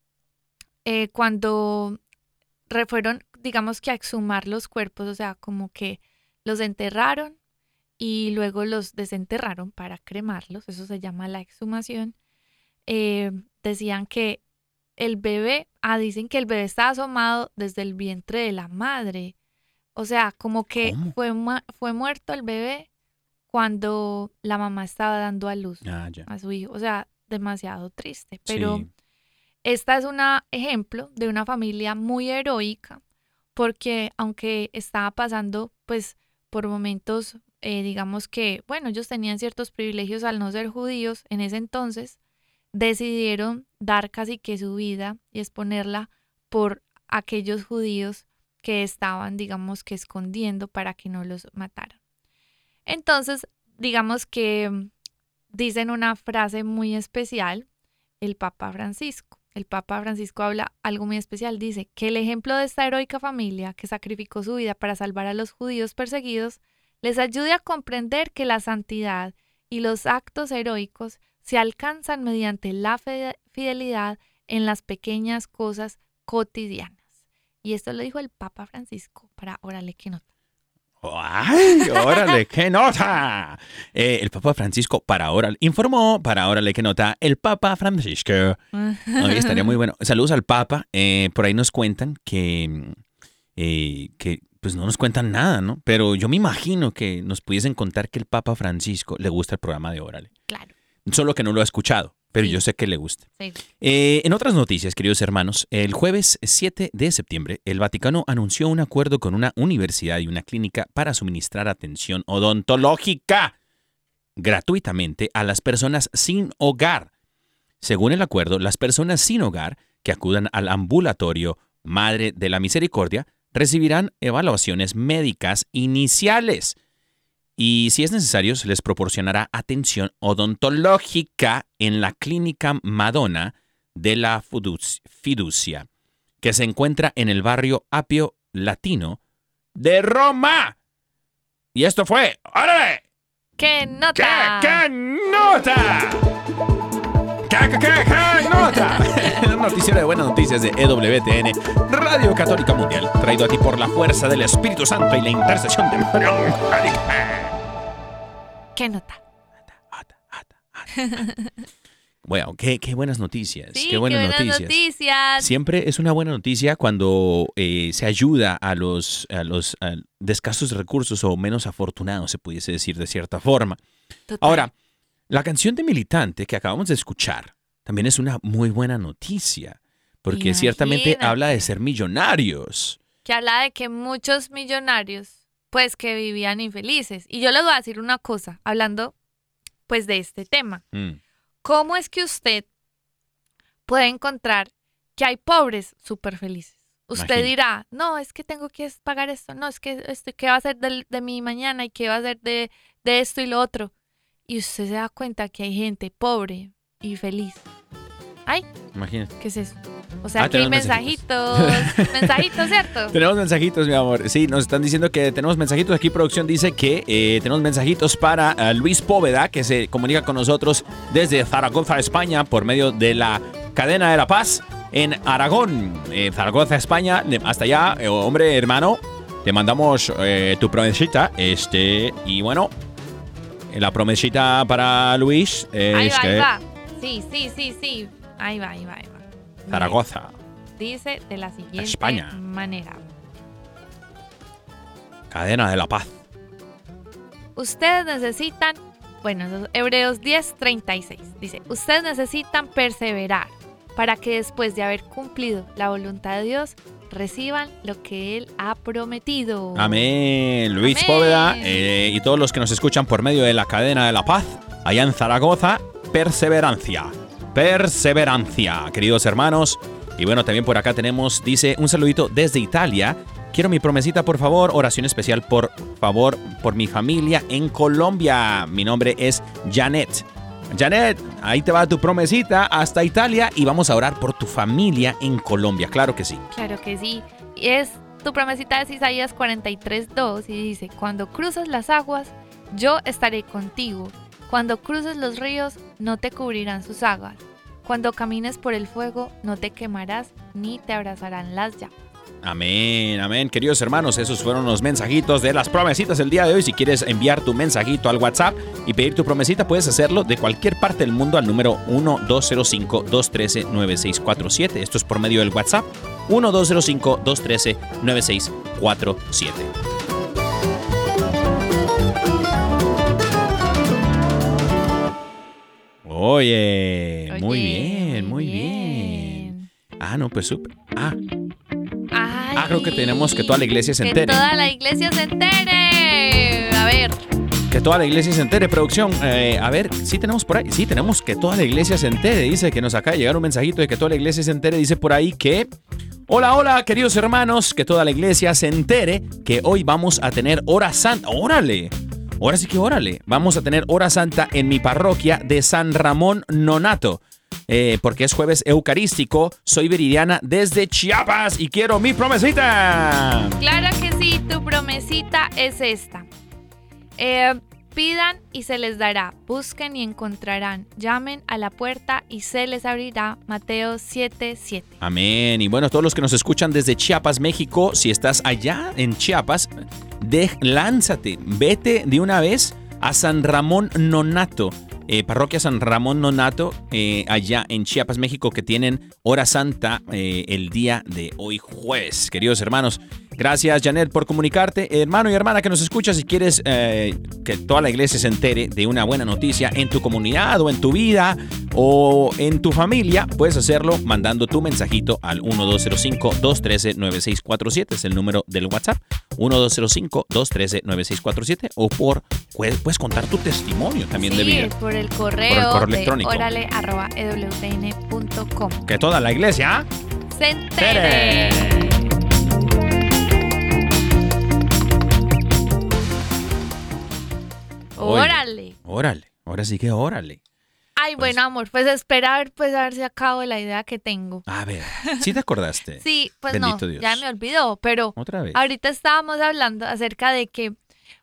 eh, cuando re- fueron, digamos que a exhumar los cuerpos, o sea, como que los enterraron y luego los desenterraron para cremarlos, eso se llama la exhumación, eh, decían que el bebé, ah, dicen que el bebé estaba asomado desde el vientre de la madre, o sea, como que ¿Cómo? fue, mu- fue muerto el bebé cuando la mamá estaba dando a luz Ah, ya. a su hijo, o sea, demasiado triste, pero Sí. esta es un ejemplo de una familia muy heroica porque aunque estaba pasando pues por momentos, eh, digamos que, bueno, ellos tenían ciertos privilegios al no ser judíos en ese entonces, decidieron dar casi que su vida y exponerla por aquellos judíos que estaban, digamos que escondiendo para que no los mataran. Entonces, digamos que mm, dicen una frase muy especial, el Papa Francisco. El Papa Francisco habla algo muy especial, dice que el ejemplo de esta heroica familia que sacrificó su vida para salvar a los judíos perseguidos les ayude a comprender que la santidad y los actos heroicos se alcanzan mediante la fe- fidelidad en las pequeñas cosas cotidianas. Y esto lo dijo el Papa Francisco para Órale, qué nota. ¡Ay, órale, qué nota! Eh, el Papa Francisco para Órale, informó para Órale, qué nota, el Papa Francisco. Ay, estaría muy bueno. Saludos al Papa. Eh, por ahí nos cuentan que, eh, que pues no nos cuentan nada, ¿no? Pero yo me imagino que nos pudiesen contar que el Papa Francisco le gusta el programa de Órale. Claro. Solo que no lo ha escuchado, pero Sí. yo sé que le gusta. Sí. Eh, en otras noticias, queridos hermanos, el jueves siete de septiembre, el Vaticano anunció un acuerdo con una universidad y una clínica para suministrar atención odontológica gratuitamente a las personas sin hogar. Según el acuerdo, las personas sin hogar que acudan al ambulatorio Madre de la Misericordia recibirán evaluaciones médicas iniciales. Y si es necesario, se les proporcionará atención odontológica en la Clínica Madonna de la Fidus- Fiducia, que se encuentra en el barrio Apio Latino de Roma. Y esto fue... ¡Órale! ¡Qué nota! ¿Qué, qué nota? ¿Qué, qué, qué, qué nota? Un noticiero de buenas noticias de E W T N, Radio Católica Mundial, traído a ti por la fuerza del Espíritu Santo y la intercesión de María Angélica. ¡Qué nota! Bueno, qué, qué buenas noticias. Sí, qué buenas, noticias. noticias. Siempre es una buena noticia cuando eh, se ayuda a los, a los a de escasos recursos o menos afortunados, se pudiese decir de cierta forma. Total. Ahora, la canción de Militante que acabamos de escuchar también es una muy buena noticia, porque Imagínate. ciertamente habla de ser millonarios. Que habla de que muchos millonarios, pues, que vivían infelices. Y yo les voy a decir una cosa, hablando, pues, de este tema. Mm. ¿Cómo es que usted puede encontrar que hay pobres súper felices? Usted Imagínate. dirá, no, es que tengo que pagar esto, no, es que esto, ¿qué va a ser de, de mi mañana y qué va a ser de, de esto y lo otro? Y usted se da cuenta que hay gente pobre y feliz. Ay, Imagínate. ¿qué es eso? O sea, Ah, que hay tenemos mensajitos, mensajitos, ¿cierto? Tenemos mensajitos, mi amor. Sí, nos están diciendo que tenemos mensajitos. Aquí producción dice que eh, tenemos mensajitos para uh, Luis Póveda, que se comunica con nosotros desde Zaragoza, España, por medio de la cadena de la paz en Aragón. Eh, Zaragoza, España. Hasta allá, eh, hombre, hermano, te mandamos eh, tu promesita. Este, y bueno, la promesita para Luis es Ahí va, que ahí va. Sí, sí, sí, sí. Ahí va, ahí va, ahí va. Zaragoza, Dice de la siguiente España. manera. cadena de la paz. Ustedes necesitan, bueno, eso es Hebreos diez, treinta y seis. Dice, ustedes necesitan perseverar para que después de haber cumplido la voluntad de Dios, reciban lo que Él ha prometido. Amén. Luis Amén. Póveda eh, y todos los que nos escuchan por medio de la cadena de la paz, allá en Zaragoza, perseverancia. Perseverancia, queridos hermanos. Y bueno, también por acá tenemos, dice, un saludito desde Italia. Quiero mi promesita, por favor. Oración especial, por favor, por mi familia en Colombia. Mi nombre es Janet. Janet, ahí te va tu promesita hasta Italia y vamos a orar por tu familia en Colombia. Claro que sí. Claro que sí. Y es tu promesita es Isaías cuarenta y tres, dos y dice, cuando cruces las aguas, yo estaré contigo. Cuando cruces los ríos, no te cubrirán sus aguas. Cuando camines por el fuego, no te quemarás ni te abrazarán las llamas. Amén, amén. Queridos hermanos, esos fueron los mensajitos de las promesitas del día de hoy. Si quieres enviar tu mensajito al WhatsApp y pedir tu promesita, puedes hacerlo de cualquier parte del mundo al número uno dos cero cinco, dos uno tres, nueve seis cuatro siete. Esto es por medio del WhatsApp uno dos cero cinco, dos uno tres, nueve seis cuatro siete. Oye, Oye, muy bien, muy bien. Ah, no, pues súper. Ah, Ay, Ah, creo que tenemos que toda la iglesia se entere. Que toda la iglesia se entere. A ver. que toda la iglesia se entere, producción. Eh, a ver, sí tenemos por ahí. Sí, tenemos que toda la iglesia se entere. Dice que nos acaba de llegar un mensajito de que toda la iglesia se entere. Dice por ahí que... Hola, hola, queridos hermanos. Que toda la iglesia se entere que hoy vamos a tener hora santa. ¡Órale! ahora sí que órale, vamos a tener hora santa en mi parroquia de San Ramón Nonato. Eh, porque es jueves eucarístico. Soy Viridiana desde Chiapas y quiero mi promesita. Claro que sí, tu promesita es esta. Eh, pidan y se les dará, busquen y encontrarán, llamen a la puerta y se les abrirá. Mateo siete siete. Amén. Y bueno, todos los que nos escuchan desde Chiapas, México, si estás allá en Chiapas, de, lánzate, vete de una vez a San Ramón Nonato. Eh, Parroquia San Ramón Nonato, eh, allá en Chiapas, México, que tienen hora santa eh, el día de hoy jueves. Queridos hermanos, gracias Janet por comunicarte. Hermano y hermana que nos escuchas, si quieres eh, que toda la iglesia se entere de una buena noticia en tu comunidad o en tu vida o en tu familia, puedes hacerlo mandando tu mensajito al uno dos cero cinco, dos uno tres, nueve seis cuatro siete, es el número del WhatsApp, uno dos cero cinco, dos uno tres, nueve seis cuatro siete, o por puedes, puedes contar tu testimonio también sí, de vida. por el correo, por el correo de electrónico. órale arroba e w t n punto com. Que toda la iglesia se entere. Órale. Órale, ahora sí que órale. Ay, Pues- bueno, amor, pues espera a ver, pues a ver si acabo la idea que tengo. A ver, ¿sí te acordaste? Sí, pues Bendito no, Dios. ya me olvidó, pero Otra vez. ahorita estábamos hablando acerca de que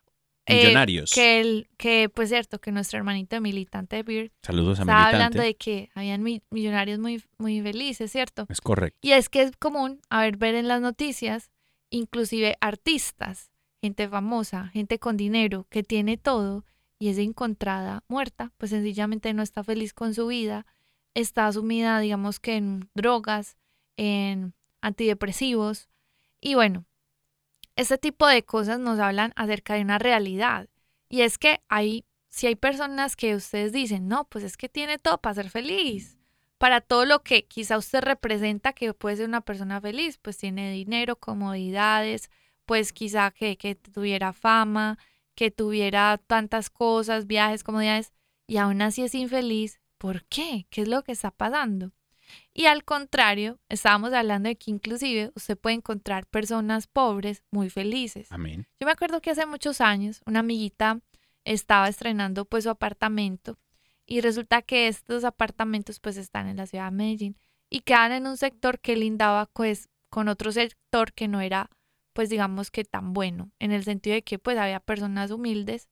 eh, Millonarios. que el que pues cierto que nuestro hermanito militante de Beer Saludos a estaba militante. hablando de que habían mi- millonarios muy muy felices, ¿cierto? Es correcto. Y es que es común a ver ver en las noticias inclusive artistas, gente famosa, gente con dinero que tiene todo y es encontrada muerta, pues sencillamente no está feliz con su vida, está sumida, digamos que en drogas, en antidepresivos y bueno, este tipo de cosas nos hablan acerca de una realidad y es que hay, si hay personas que ustedes dicen, no, pues es que tiene todo para ser feliz, para todo lo que quizá usted representa que puede ser una persona feliz, pues tiene dinero, comodidades, pues quizá que, que tuviera fama, que tuviera tantas cosas, viajes, comodidades, y aún así es infeliz. ¿Por qué? ¿Qué es lo que está pasando? Y al contrario, estábamos hablando de que inclusive usted puede encontrar personas pobres muy felices. Amén. Yo me acuerdo que hace muchos años una amiguita estaba estrenando pues su apartamento y resulta que estos apartamentos pues están en la ciudad de Medellín y quedan en un sector que lindaba pues con otro sector que no era pues digamos que tan bueno, en el sentido de que pues había personas humildes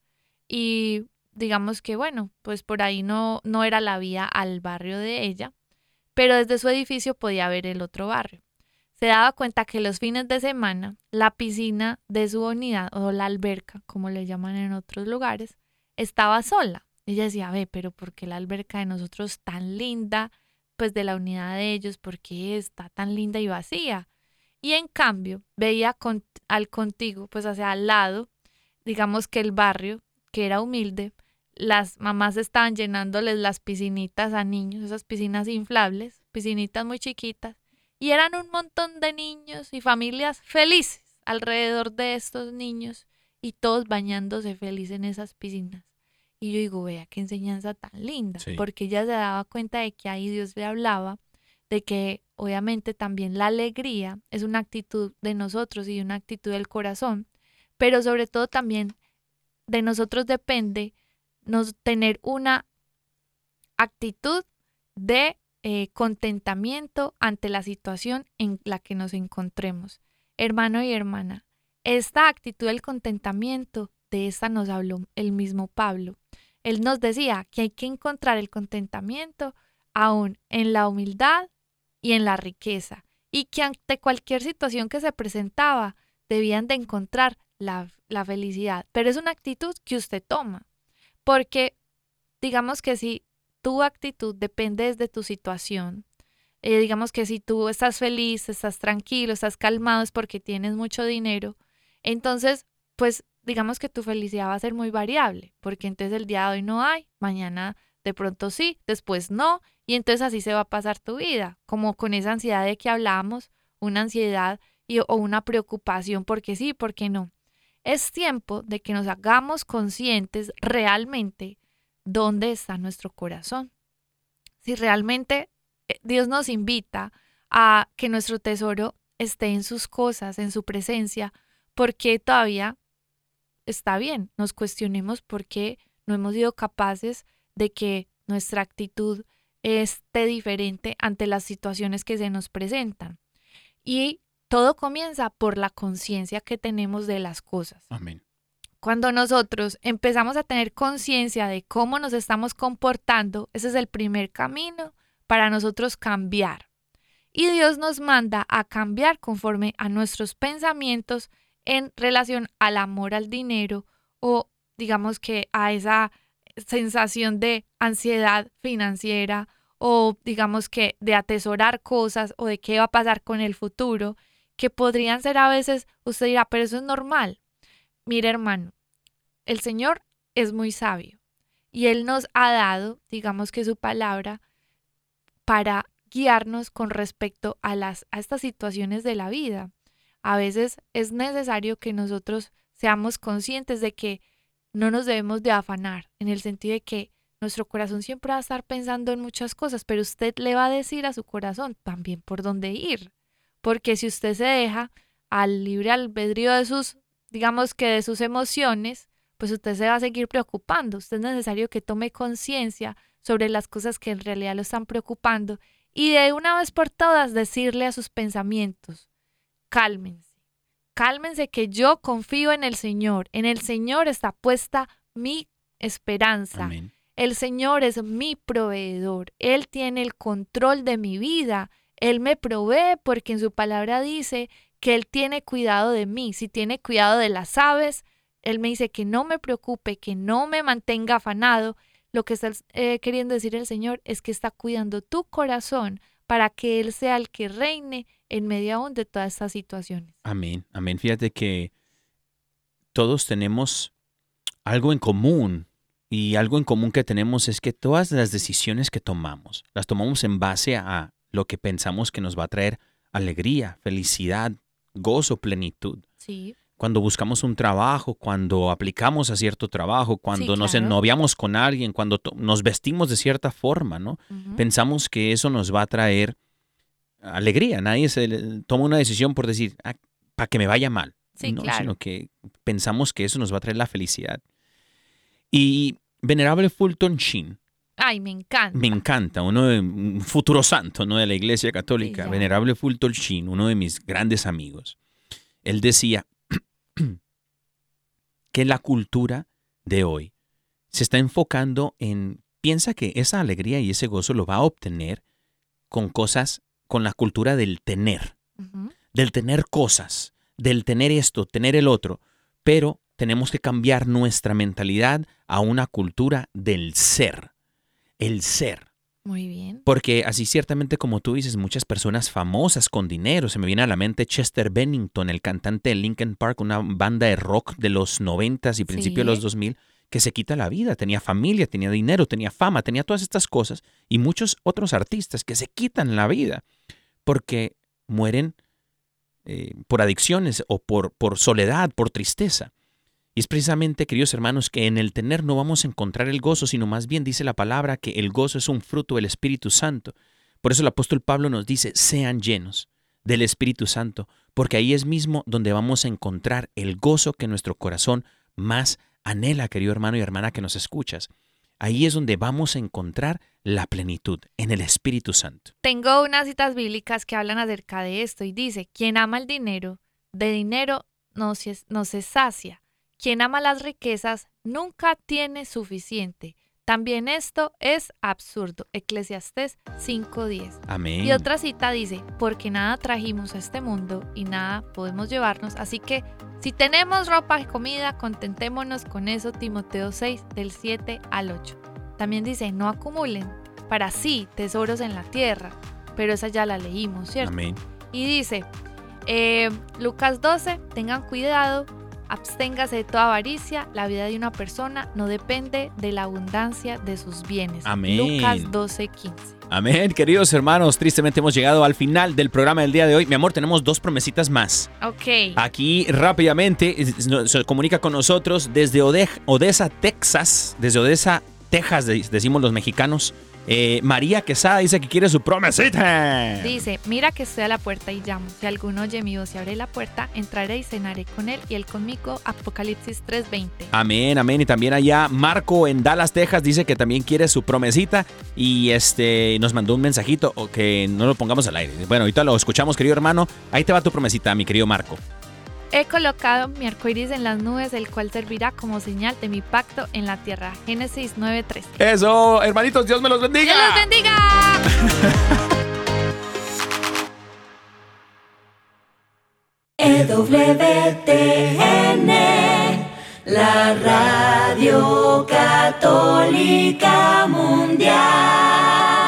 y digamos que bueno, pues por ahí no, no era la vía al barrio de ella, pero desde su edificio podía ver el otro barrio. Se daba cuenta que los fines de semana la piscina de su unidad o la alberca, como le llaman en otros lugares, estaba sola. Ella decía, ve, pero ¿por qué la alberca de nosotros tan linda, pues de la unidad de ellos, por qué está tan linda y vacía? Y en cambio, veía con, al contigo, pues hacia al lado, digamos que el barrio, que era humilde, las mamás estaban llenándoles las piscinitas a niños, esas piscinas inflables, piscinitas muy chiquitas, y eran un montón de niños y familias felices alrededor de estos niños y todos bañándose felices en esas piscinas. Y yo digo, vea qué enseñanza tan linda, Sí. porque ella se daba cuenta de que ahí Dios le hablaba, de que obviamente también la alegría es una actitud de nosotros y una actitud del corazón, pero sobre todo también de nosotros depende nos, tener una actitud de eh, contentamiento ante la situación en la que nos encontremos. Hermano y hermana, esta actitud del contentamiento, de esta nos habló el mismo Pablo. Él nos decía que hay que encontrar el contentamiento aún en la humildad y en la riqueza, y que ante cualquier situación que se presentaba debían de encontrar la, la felicidad. Pero es una actitud que usted toma, porque digamos que si tu actitud depende de tu situación, eh, digamos que si tú estás feliz, estás tranquilo, estás calmado es porque tienes mucho dinero, entonces pues digamos que tu felicidad va a ser muy variable, porque entonces el día de hoy no hay, mañana de pronto sí, después no, y entonces así se va a pasar tu vida, como con esa ansiedad de que hablábamos, una ansiedad y, o una preocupación porque sí, porque no. Es tiempo de que nos hagamos conscientes realmente dónde está nuestro corazón. Si realmente Dios nos invita a que nuestro tesoro esté en sus cosas, en su presencia, ¿por qué todavía está bien, nos cuestionemos por qué no hemos sido capaces de que nuestra actitud esté diferente ante las situaciones que se nos presentan. Y todo comienza por la conciencia que tenemos de las cosas. Amén. Cuando nosotros empezamos a tener conciencia de cómo nos estamos comportando, ese es el primer camino para nosotros cambiar. Y Dios nos manda a cambiar conforme a nuestros pensamientos en relación al amor al dinero o digamos que a esa sensación de ansiedad financiera o digamos que de atesorar cosas o de qué va a pasar con el futuro, que podrían ser a veces, usted dirá, pero eso es normal. Mire, hermano, el Señor es muy sabio y Él nos ha dado, digamos que su palabra, para guiarnos con respecto a, las, a estas situaciones de la vida. A veces es necesario que nosotros seamos conscientes de que no nos debemos de afanar, en el sentido de que nuestro corazón siempre va a estar pensando en muchas cosas, pero usted le va a decir a su corazón también por dónde ir. Porque si usted se deja al libre albedrío de sus, digamos que de sus emociones, pues usted se va a seguir preocupando. Usted es necesario que tome conciencia sobre las cosas que en realidad lo están preocupando y de una vez por todas decirle a sus pensamientos, cálmense, cálmense que yo confío en el Señor. En el Señor está puesta mi esperanza. Amén. El Señor es mi proveedor. Él tiene el control de mi vida. Él me provee porque en su palabra dice que Él tiene cuidado de mí. Si tiene cuidado de las aves, Él me dice que no me preocupe, que no me mantenga afanado. Lo que está eh, queriendo decir el Señor es que está cuidando tu corazón para que Él sea el que reine en medio aún de todas estas situaciones. Amén, amén. Fíjate que todos tenemos algo en común y algo en común que tenemos es que todas las decisiones que tomamos, las tomamos en base a lo que pensamos que nos va a traer alegría, felicidad, gozo, plenitud. Sí. Cuando buscamos un trabajo, cuando aplicamos a cierto trabajo, cuando Sí, nos claro. ennoviamos con alguien, cuando to- nos vestimos de cierta forma, ¿no? Ujú. Pensamos que eso nos va a traer alegría. Nadie se le- toma una decisión por decir, ah, para que me vaya mal. Sí, no, claro. sino que pensamos que eso nos va a traer la felicidad. Y Venerable Fulton Sheen, Ay, me encanta. me encanta, uno de, un futuro santo, ¿no?, de la Iglesia Católica, Sí, ya. Venerable Fulton Sheen, uno de mis grandes amigos. Él decía que la cultura de hoy se está enfocando en, piensa que esa alegría y ese gozo lo va a obtener con cosas, con la cultura del tener, Ujú. del tener cosas, del tener esto, tener el otro, pero tenemos que cambiar nuestra mentalidad a una cultura del ser, el ser. Muy bien. Porque así ciertamente como tú dices, muchas personas famosas con dinero, se me viene a la mente Chester Bennington, el cantante de Linkin Park, una banda de rock de los noventas y principio de Sí. los dos mil, que se quita la vida, tenía familia, tenía dinero, tenía fama, tenía todas estas cosas, y muchos otros artistas que se quitan la vida porque mueren eh, por adicciones o por, por soledad, por tristeza. Y es precisamente, queridos hermanos, que en el tener no vamos a encontrar el gozo, sino más bien dice la palabra que el gozo es un fruto del Espíritu Santo. Por eso el apóstol Pablo nos dice, sean llenos del Espíritu Santo, porque ahí es mismo donde vamos a encontrar el gozo que nuestro corazón más anhela, querido hermano y hermana que nos escuchas. Ahí es donde vamos a encontrar la plenitud, en el Espíritu Santo. Tengo unas citas bíblicas que hablan acerca de esto y dice, quien ama el dinero, de dinero no se, no se sacia. Quien ama las riquezas nunca tiene suficiente. También esto es absurdo. Eclesiastés cinco diez. Amén. Y otra cita dice, porque nada trajimos a este mundo y nada podemos llevarnos, así que si tenemos ropa y comida, contentémonos con eso. Timoteo seis, del siete al ocho. También dice, no acumulen para sí tesoros en la tierra, pero esa ya la leímos, ¿cierto? Amén. Y dice, eh, Lucas doce, tengan cuidado, absténgase de toda avaricia, la vida de una persona no depende de la abundancia de sus bienes. Amén. Lucas doce, quince. Amén, queridos hermanos, tristemente hemos llegado al final del programa del día de hoy. Mi amor, tenemos dos promesitas más. Ok. Aquí rápidamente eh, no- se comunica con nosotros desde Ode- Odessa, Texas, desde Odessa, Texas, decimos los mexicanos. Eh, María Quesada dice que quiere su promesita. Dice, mira que estoy a la puerta y llamo. Si alguno oye mi voz y abre la puerta, entraré y cenaré con él y él conmigo. Apocalipsis tres veinte. Amén, amén. Y también allá Marco en Dallas, Texas, dice que también quiere su promesita y este nos mandó un mensajito o que no lo pongamos al aire. Bueno, ahorita lo escuchamos, querido hermano. Ahí te va tu promesita, mi querido Marco. He colocado mi arcoíris en las nubes, el cual servirá como señal de mi pacto en la tierra. Génesis nueve trece. Eso, hermanitos, Dios me los bendiga. ¡Dios los bendiga! E W T N, la Radio Católica Mundial.